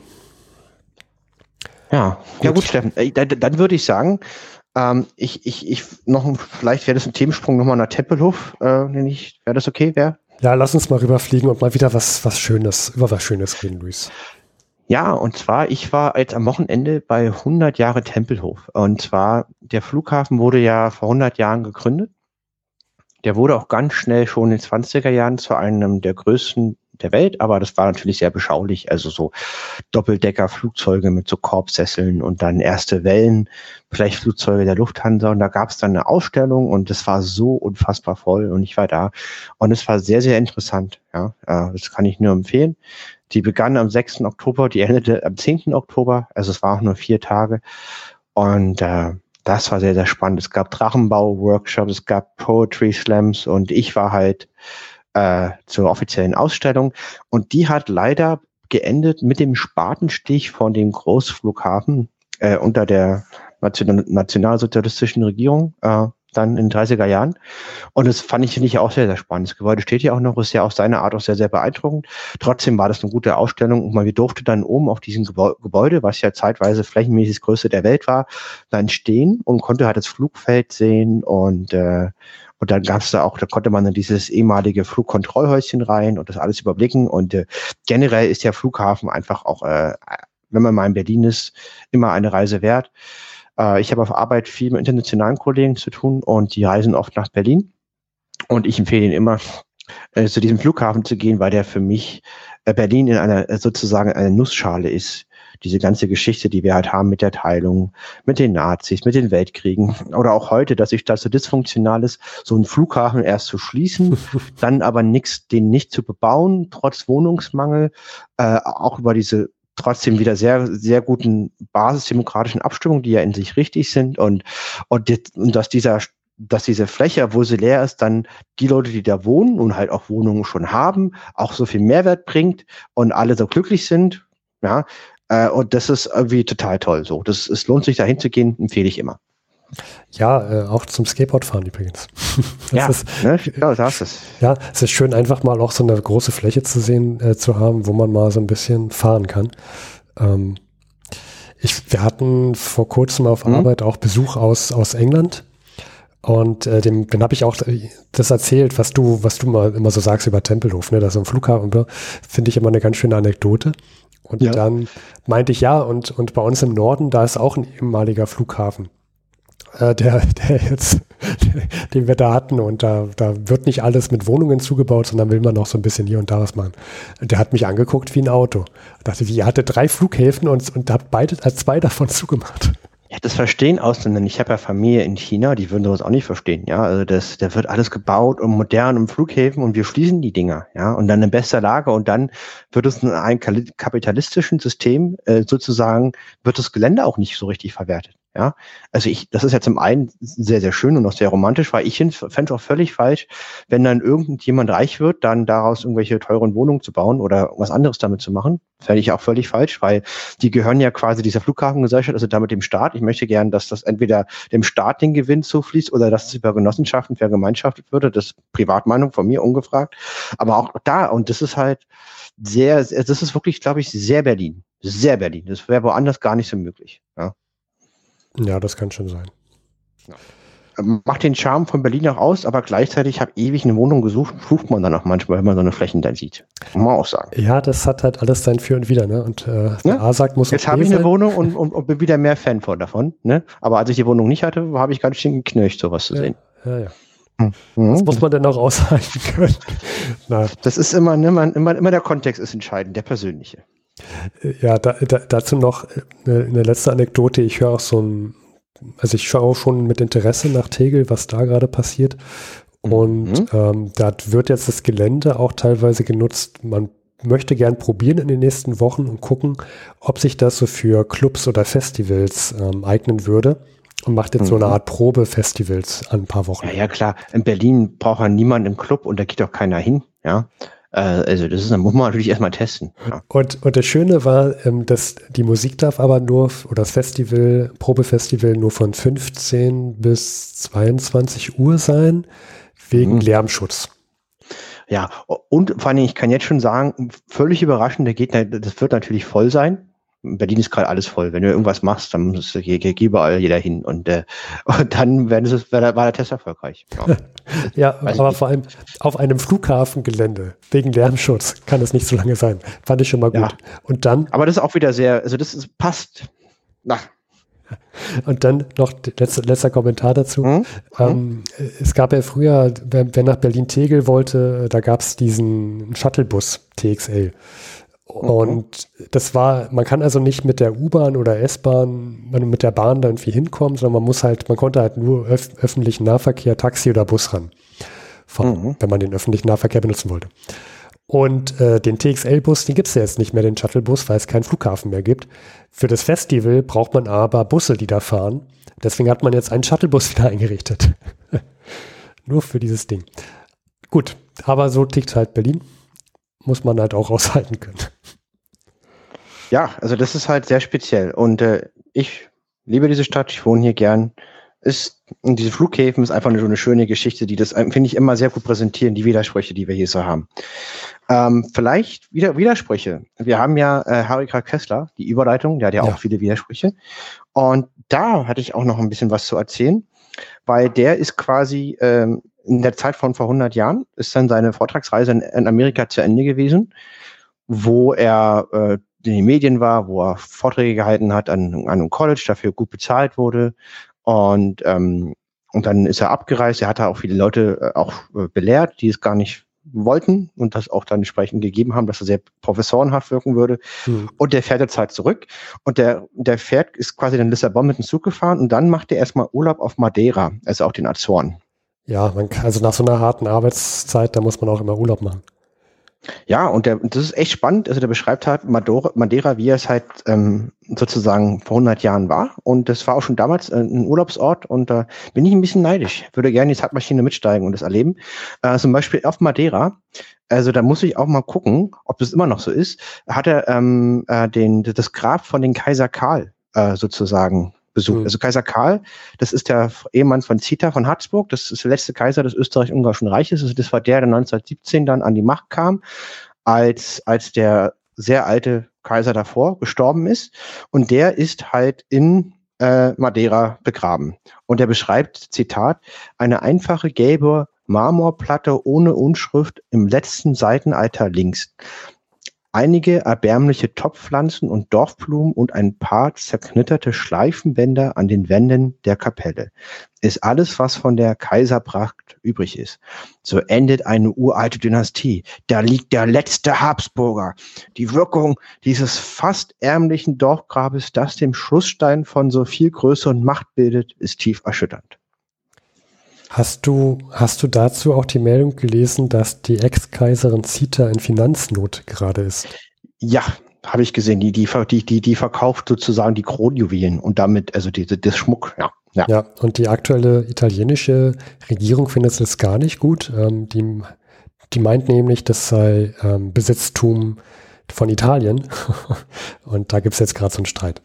Ja, gut. Ja gut, Steffen. Dann, dann würde ich sagen, ähm, ich, ich, ich noch, vielleicht wäre das ein Themensprung nochmal nach Tempelhof, äh, wäre das okay, wäre? Ja, lass uns mal rüberfliegen und mal wieder was, was Schönes, über was Schönes reden, Luis. Ja, und zwar, ich war jetzt am Wochenende bei hundert Jahre Tempelhof. Und zwar, der Flughafen wurde ja vor hundert Jahren gegründet. Der wurde auch ganz schnell schon in den zwanziger Jahren zu einem der größten der Welt, aber das war natürlich sehr beschaulich. Also so Doppeldecker-Flugzeuge mit so Korbsesseln und dann erste Wellen, vielleicht Flugzeuge der Lufthansa. Und da gab es dann eine Ausstellung und das war so unfassbar voll und ich war da. Und es war sehr, sehr interessant. Ja, das kann ich nur empfehlen. Die begann am sechsten Oktober, die endete am zehnten Oktober. Also es war auch nur vier Tage. Und äh, das war sehr, sehr spannend. Es gab Drachenbau-Workshops, es gab Poetry Slams und ich war halt äh, zur offiziellen Ausstellung. Und die hat leider geendet mit dem Spatenstich von dem Großflughafen äh, unter der Nation- nationalsozialistischen Regierung, äh, dann in den dreißiger Jahren. Und das fand ich, finde ich auch sehr, sehr spannend. Das Gebäude steht ja auch noch, ist ja auf seine Art auch sehr, sehr beeindruckend. Trotzdem war das eine gute Ausstellung und man durfte dann oben auf diesem Gebäude, was ja zeitweise flächenmäßig das größte der Welt war, dann stehen und konnte halt das Flugfeld sehen und, äh, und dann gab es da auch, da konnte man in dieses ehemalige Flugkontrollhäuschen rein und das alles überblicken und äh, generell ist der Flughafen einfach auch, äh, wenn man mal in Berlin ist, immer eine Reise wert. Ich habe auf Arbeit viel mit internationalen Kollegen zu tun und die reisen oft nach Berlin. Und ich empfehle ihnen immer, äh, zu diesem Flughafen zu gehen, weil der für mich äh, Berlin in einer äh, sozusagen eine Nussschale ist. Diese ganze Geschichte, die wir halt haben mit der Teilung, mit den Nazis, mit den Weltkriegen oder auch heute, dass sich das so dysfunktional ist, so einen Flughafen erst zu schließen, dann aber nichts, den nicht zu bebauen, trotz Wohnungsmangel, äh, auch über diese trotzdem wieder sehr, sehr guten basisdemokratischen Abstimmungen, die ja in sich richtig sind und, und, und dass dieser, dass diese Fläche, wo sie leer ist, dann die Leute, die da wohnen und halt auch Wohnungen schon haben, auch so viel Mehrwert bringt und alle so glücklich sind, ja, äh, und das ist irgendwie total toll, so. Das, es lohnt sich da hinzugehen, empfehle ich immer. Ja, äh, auch zum Skateboardfahren übrigens. Das ja, ist, ne, ja, das ist es. Ja, es ist schön, einfach mal auch so eine große Fläche zu sehen, äh, zu haben, wo man mal so ein bisschen fahren kann. Ähm, ich, wir hatten vor kurzem auf mhm. Arbeit auch Besuch aus, aus England und äh, dem, dem habe ich auch das erzählt, was du, was du mal immer so sagst über Tempelhof, ne, dass so ein Flughafen, finde ich immer eine ganz schöne Anekdote. Und ja. Dann meinte ich, ja, und, und bei uns im Norden, da ist auch ein ehemaliger Flughafen. Der, der jetzt, den wir da hatten und da, da wird nicht alles mit Wohnungen zugebaut, sondern will man noch so ein bisschen hier und da was machen. Der hat mich angeguckt wie ein Auto. Ich dachte, ihr hattet drei Flughäfen und, und habt beide, als zwei davon zugemacht. Ja, das verstehen Ausländer. Ich habe ja Familie in China, die würden sowas auch nicht verstehen. Ja, also das, da wird alles gebaut und modern und Flughäfen und wir schließen die Dinger. Ja, und dann in bester Lage und dann wird es in einem kapitalistischen System äh, sozusagen wird das Gelände auch nicht so richtig verwertet. Ja, also ich, das ist ja zum einen sehr, sehr schön und auch sehr romantisch, weil ich fände es auch völlig falsch, wenn dann irgendjemand reich wird, dann daraus irgendwelche teuren Wohnungen zu bauen oder was anderes damit zu machen. Fände ich auch völlig falsch, weil die gehören ja quasi dieser Flughafengesellschaft, also damit dem Staat. Ich möchte gern, dass das entweder dem Staat den Gewinn zufließt oder dass es über Genossenschaften vergemeinschaftet würde. Das ist Privatmeinung von mir, ungefragt. Aber auch da, und das ist halt sehr, das ist wirklich, glaube ich, sehr Berlin. Sehr Berlin. Das wäre woanders gar nicht so möglich. Ja. Ja, das kann schon sein. Ja. Macht den Charme von Berlin auch aus, aber gleichzeitig habe ewig eine Wohnung gesucht, sucht man dann auch manchmal, wenn man so eine Flächen dann sieht. Muss man auch sagen. Ja, das hat halt alles sein Für und Wider, ne? Und äh, ja? der A sagt, muss Jetzt habe ich eine Wohnung und, und, und bin wieder mehr Fan von davon, ne? Aber als ich die Wohnung nicht hatte, habe ich ganz schön geknirscht, sowas zu ja, sehen. Ja, ja. Hm. Das muss man dann auch aushalten können. Na. Das ist immer, ne, man, immer, immer der Kontext ist entscheidend, der persönliche. Ja, da, da, dazu noch eine, eine letzte Anekdote. Ich höre auch so ein Also ich schaue auch schon mit Interesse nach Tegel, was da gerade passiert. Und mhm. ähm, da wird jetzt das Gelände auch teilweise genutzt. Man möchte gern probieren in den nächsten Wochen und gucken, ob sich das so für Clubs oder Festivals ähm, eignen würde. Und macht jetzt mhm. so eine Art Probefestivals an ein paar Wochen. Ja, ja, klar. In Berlin braucht man niemanden im Club und da geht auch keiner hin. Ja. Also das ist, das muss man natürlich erstmal testen. Ja. Und, und das Schöne war, dass die Musik darf aber nur, oder das Festival, Probefestival nur von fünfzehn bis zweiundzwanzig Uhr sein, wegen mhm. Lärmschutz. Ja, und vor allem, ich kann jetzt schon sagen, völlig überraschend, der geht, das wird natürlich voll sein. In Berlin ist gerade alles voll. Wenn du irgendwas machst, dann muss geht überall jeder hin. Und, äh, und dann werden es, war der Test erfolgreich. Ja, ja aber vor allem auf einem Flughafengelände wegen Lärmschutz kann es nicht so lange sein. Fand ich schon mal gut. Ja. Und dann. Aber das ist auch wieder sehr, also das ist, passt. Na. Und dann noch letzter, letzter Kommentar dazu. Mhm. Ähm, es gab ja früher, wer, wer nach Berlin-Tegel wollte, da gab es diesen Shuttlebus T X L. Und mhm. das war, man kann also nicht mit der U-Bahn oder S-Bahn, mit der Bahn da irgendwie hinkommen, sondern man muss halt, man konnte halt nur öf öffentlichen Nahverkehr, Taxi oder Bus ran fahren, mhm. wenn man den öffentlichen Nahverkehr benutzen wollte. Und äh, den T X L-Bus, den gibt es ja jetzt nicht mehr, den Shuttlebus, weil es keinen Flughafen mehr gibt. Für das Festival braucht man aber Busse, die da fahren. Deswegen hat man jetzt einen Shuttlebus wieder eingerichtet. Nur für dieses Ding. Gut, aber so tickt halt Berlin. Muss man halt auch aushalten können. Ja, also das ist halt sehr speziell. Und äh, ich liebe diese Stadt, ich wohne hier gern. Ist, und diese Flughäfen ist einfach so eine schöne Geschichte, die das, finde ich, immer sehr gut präsentieren, die Widersprüche, die wir hier so haben. Ähm, vielleicht wieder Widersprüche. Wir haben ja äh, Harry K. Kessler, die Überleitung, der hat ja, ja auch viele Widersprüche. Und da hatte ich auch noch ein bisschen was zu erzählen, weil der ist quasi ähm, in der Zeit von vor hundert Jahren, ist dann seine Vortragsreise in, in Amerika zu Ende gewesen, wo er äh, in den Medien war, wo er Vorträge gehalten hat an, an einem College, dafür gut bezahlt wurde. Und, ähm, und dann ist er abgereist. Er hatte auch viele Leute äh, auch äh, belehrt, die es gar nicht wollten und das auch dann entsprechend gegeben haben, dass er sehr professorenhaft wirken würde. Mhm. Und der fährt jetzt halt zurück. Und der, der fährt, ist quasi in Lissabon mit dem Zug gefahren und dann macht er erstmal Urlaub auf Madeira, also auf den Azoren. Ja, man kann, also nach so einer harten Arbeitszeit, da muss man auch immer Urlaub machen. Ja, und der, das ist echt spannend. Also der beschreibt halt Madeira, Madeira wie es halt ähm, sozusagen vor hundert Jahren war. Und das war auch schon damals äh, ein Urlaubsort. Und da äh, bin ich ein bisschen neidisch. Würde gerne die Zeitmaschine mitsteigen und das erleben. Äh, zum Beispiel auf Madeira. Also da muss ich auch mal gucken, ob das immer noch so ist. Hat er ähm, äh, den, das Grab von den Kaiser Karl äh, sozusagen besucht. Mhm. Also Kaiser Karl, das ist der Ehemann von Zita von Habsburg, das ist der letzte Kaiser des Österreich-Ungarischen Reiches. Also das war der, der neunzehnhundertsiebzehn dann an die Macht kam, als, als der sehr alte Kaiser davor gestorben ist. Und der ist halt in äh, Madeira begraben. Und er beschreibt, Zitat, eine einfache gelbe Marmorplatte ohne Unschrift im letzten Seitenalter links. Einige erbärmliche Topfpflanzen und Dorfblumen und ein paar zerknitterte Schleifenbänder an den Wänden der Kapelle. Ist alles, was von der Kaiserpracht übrig ist. So endet eine uralte Dynastie. Da liegt der letzte Habsburger. Die Wirkung dieses fast ärmlichen Dorfgrabes, das den Schlussstein von so viel Größe und Macht bildet, ist tief erschütternd. Hast du, hast du dazu auch die Meldung gelesen, dass die Ex-Kaiserin Zita in Finanznot gerade ist? Ja, habe ich gesehen. Die, die, die, die, die verkauft sozusagen die Kronjuwelen und damit, also die, das Schmuck, ja. Ja. Ja, und die aktuelle italienische Regierung findet es gar nicht gut. Ähm, die, die meint nämlich, das sei ähm, Besitztum von Italien. Und da gibt es jetzt gerade so einen Streit.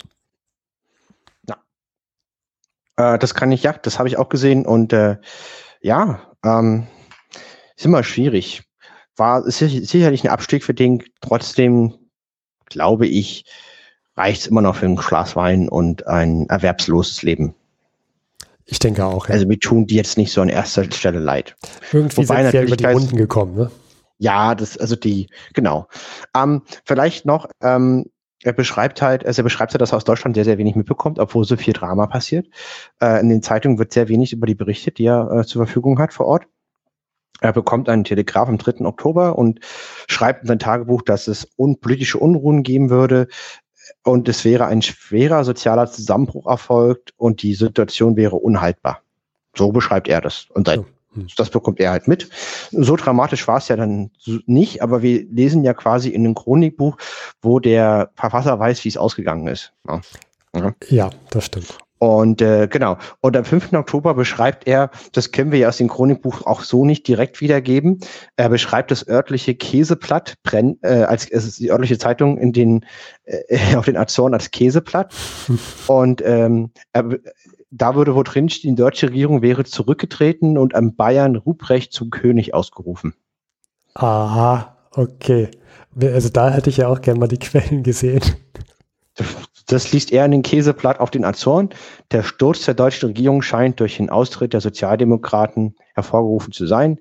Das kann ich, ja, das habe ich auch gesehen und äh, ja, ähm, ist immer schwierig. War ist sicherlich ein Abstieg für den, trotzdem glaube ich, reicht es immer noch für ein Glas Wein und ein erwerbsloses Leben. Ich denke auch. Ja. Also mir tun die jetzt nicht so an erster Stelle leid. Irgendwie sind wir über die Runden gekommen, ne? Ja, das, also die, genau. Ähm, vielleicht noch, ähm, Er beschreibt halt, also er beschreibt halt, dass er aus Deutschland sehr, sehr wenig mitbekommt, obwohl so viel Drama passiert. Äh, in den Zeitungen wird sehr wenig über die berichtet, die er äh, zur Verfügung hat vor Ort. Er bekommt einen Telegraph am dritten Oktober und schreibt in sein Tagebuch, dass es un politische Unruhen geben würde und es wäre ein schwerer sozialer Zusammenbruch erfolgt und die Situation wäre unhaltbar. So beschreibt er das. Und seit Das bekommt er halt mit. So dramatisch war es ja dann nicht, aber wir lesen ja quasi in einem Chronikbuch, wo der Verfasser weiß, wie es ausgegangen ist. Ja, ja. ja das stimmt. Und äh, genau. Und am fünften Oktober beschreibt er, das können wir ja aus dem Chronikbuch auch so nicht direkt wiedergeben, er beschreibt das örtliche Käseblatt, brenn, äh, als es ist die örtliche Zeitung in den äh, auf den Azoren als Käseblatt. Und ähm, er Da würde wo drin stehen, die deutsche Regierung wäre zurückgetreten und am Bayern Ruprecht zum König ausgerufen. Aha, okay. Also da hätte ich ja auch gerne mal die Quellen gesehen. Das liest er in den Käseblatt auf den Azoren. Der Sturz der deutschen Regierung scheint durch den Austritt der Sozialdemokraten hervorgerufen zu sein.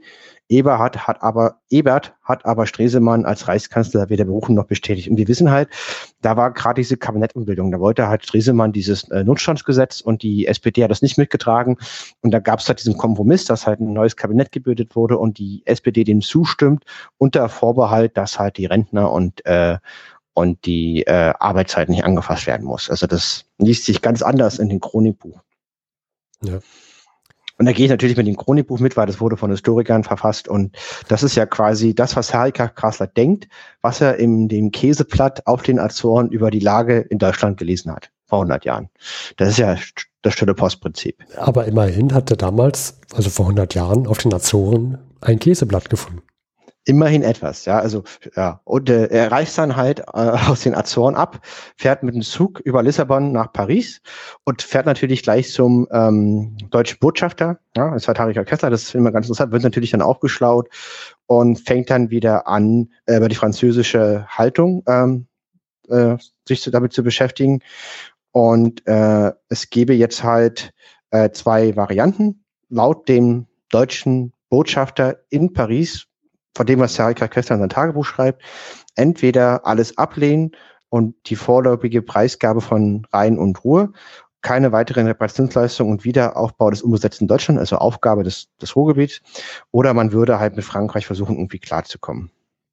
Eberhard hat aber, Ebert hat aber Stresemann als Reichskanzler weder berufen noch bestätigt. Und wir wissen halt, da war gerade diese Kabinettumbildung. Da wollte halt Stresemann dieses äh, Notstandsgesetz und die S P D hat das nicht mitgetragen. Und da gab es halt diesen Kompromiss, dass halt ein neues Kabinett gebildet wurde und die S P D dem zustimmt, unter Vorbehalt, dass halt die Rentner und äh, und die äh, Arbeitszeit nicht angefasst werden muss. Also das liest sich ganz anders in dem Chronikbuch. Ja. Und da gehe ich natürlich mit dem Chronikbuch mit, weil das wurde von Historikern verfasst und das ist ja quasi das, was Harry Kassler denkt, was er in dem Käseblatt auf den Azoren über die Lage in Deutschland gelesen hat, vor hundert Jahren. Das ist ja das Stille Postprinzip. Aber immerhin hat er damals, also vor hundert Jahren, auf den Azoren ein Käseblatt gefunden. Immerhin etwas, ja, also, ja, und äh, er reist dann halt äh, aus den Azoren ab, fährt mit dem Zug über Lissabon nach Paris und fährt natürlich gleich zum ähm, deutschen Botschafter, ja, das war Harry Kassler, das ist immer ganz interessant, wird natürlich dann aufgeschlaut und fängt dann wieder an, äh, über die französische Haltung ähm, äh, sich zu, damit zu beschäftigen und äh, es gäbe jetzt halt äh, zwei Varianten, laut dem deutschen Botschafter in Paris, von dem, was Harry Kassler in sein Tagebuch schreibt, entweder alles ablehnen und die vorläufige Preisgabe von Rhein und Ruhr, keine weiteren Reparationsleistungen und Wiederaufbau des unbesetzten Deutschland, also Aufgabe des, des Ruhrgebiets, oder man würde halt mit Frankreich versuchen, irgendwie klarzukommen.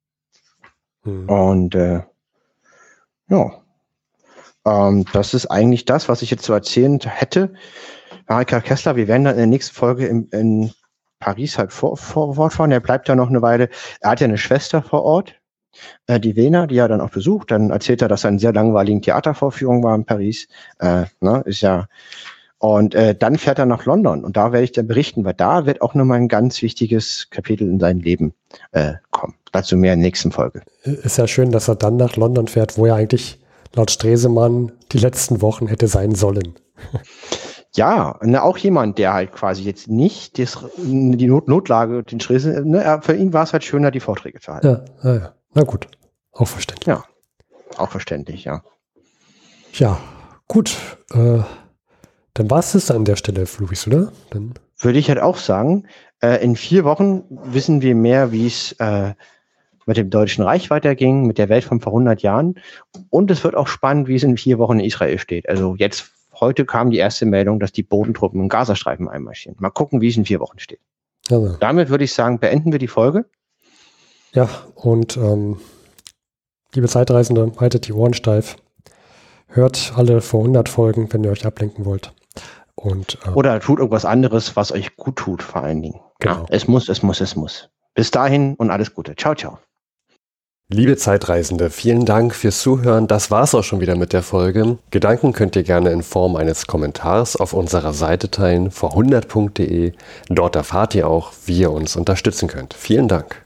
Hm. Und äh, ja, ähm, das ist eigentlich das, was ich jetzt zu erzählen hätte. Harry Kassler, wir werden dann in der nächsten Folge in, in Paris halt vor, vor, fortfahren. Er bleibt da noch eine Weile. Er hat ja eine Schwester vor Ort, äh, die Lena, die er dann auch besucht. Dann erzählt er, dass er in sehr langweiligen Theatervorführungen war in Paris. Äh, ne, ist ja. Und äh, dann fährt er nach London. Und da werde ich dann berichten, weil da wird auch nochmal ein ganz wichtiges Kapitel in sein Leben äh, kommen. Dazu mehr in der nächsten Folge. Ist ja schön, dass er dann nach London fährt, wo er eigentlich laut Stresemann die letzten Wochen hätte sein sollen. Ja, ne, auch jemand, der halt quasi jetzt nicht das, die Not, Notlage, den Stress, ne, für ihn war es halt schöner, die Vorträge zu halten. Ja, ja, ja. Na gut, auch verständlich. Ja, auch verständlich, ja. Ja, gut. Äh, dann war es das an der Stelle, Luis, oder? Dann würde ich halt auch sagen, äh, in vier Wochen wissen wir mehr, wie es äh, mit dem Deutschen Reich weiterging, mit der Welt von vor hundert Jahren. Und es wird auch spannend, wie es in vier Wochen in Israel steht. Also jetzt Heute kam die erste Meldung, dass die Bodentruppen im Gazastreifen einmarschieren. Mal gucken, wie es in vier Wochen steht. Also. Damit würde ich sagen, beenden wir die Folge. Ja, und ähm, liebe Zeitreisende, haltet die Ohren steif. Hört alle vor hundert Folgen, wenn ihr euch ablenken wollt. Und, ähm, Oder tut irgendwas anderes, was euch gut tut, vor allen Dingen. Genau. Ja, es muss, es muss, es muss. Bis dahin und alles Gute. Ciao, ciao. Liebe Zeitreisende, vielen Dank fürs Zuhören. Das war's auch schon wieder mit der Folge. Gedanken könnt ihr gerne in Form eines Kommentars auf unserer Seite teilen, vor hundert punkt de. Dort erfahrt ihr auch, wie ihr uns unterstützen könnt. Vielen Dank.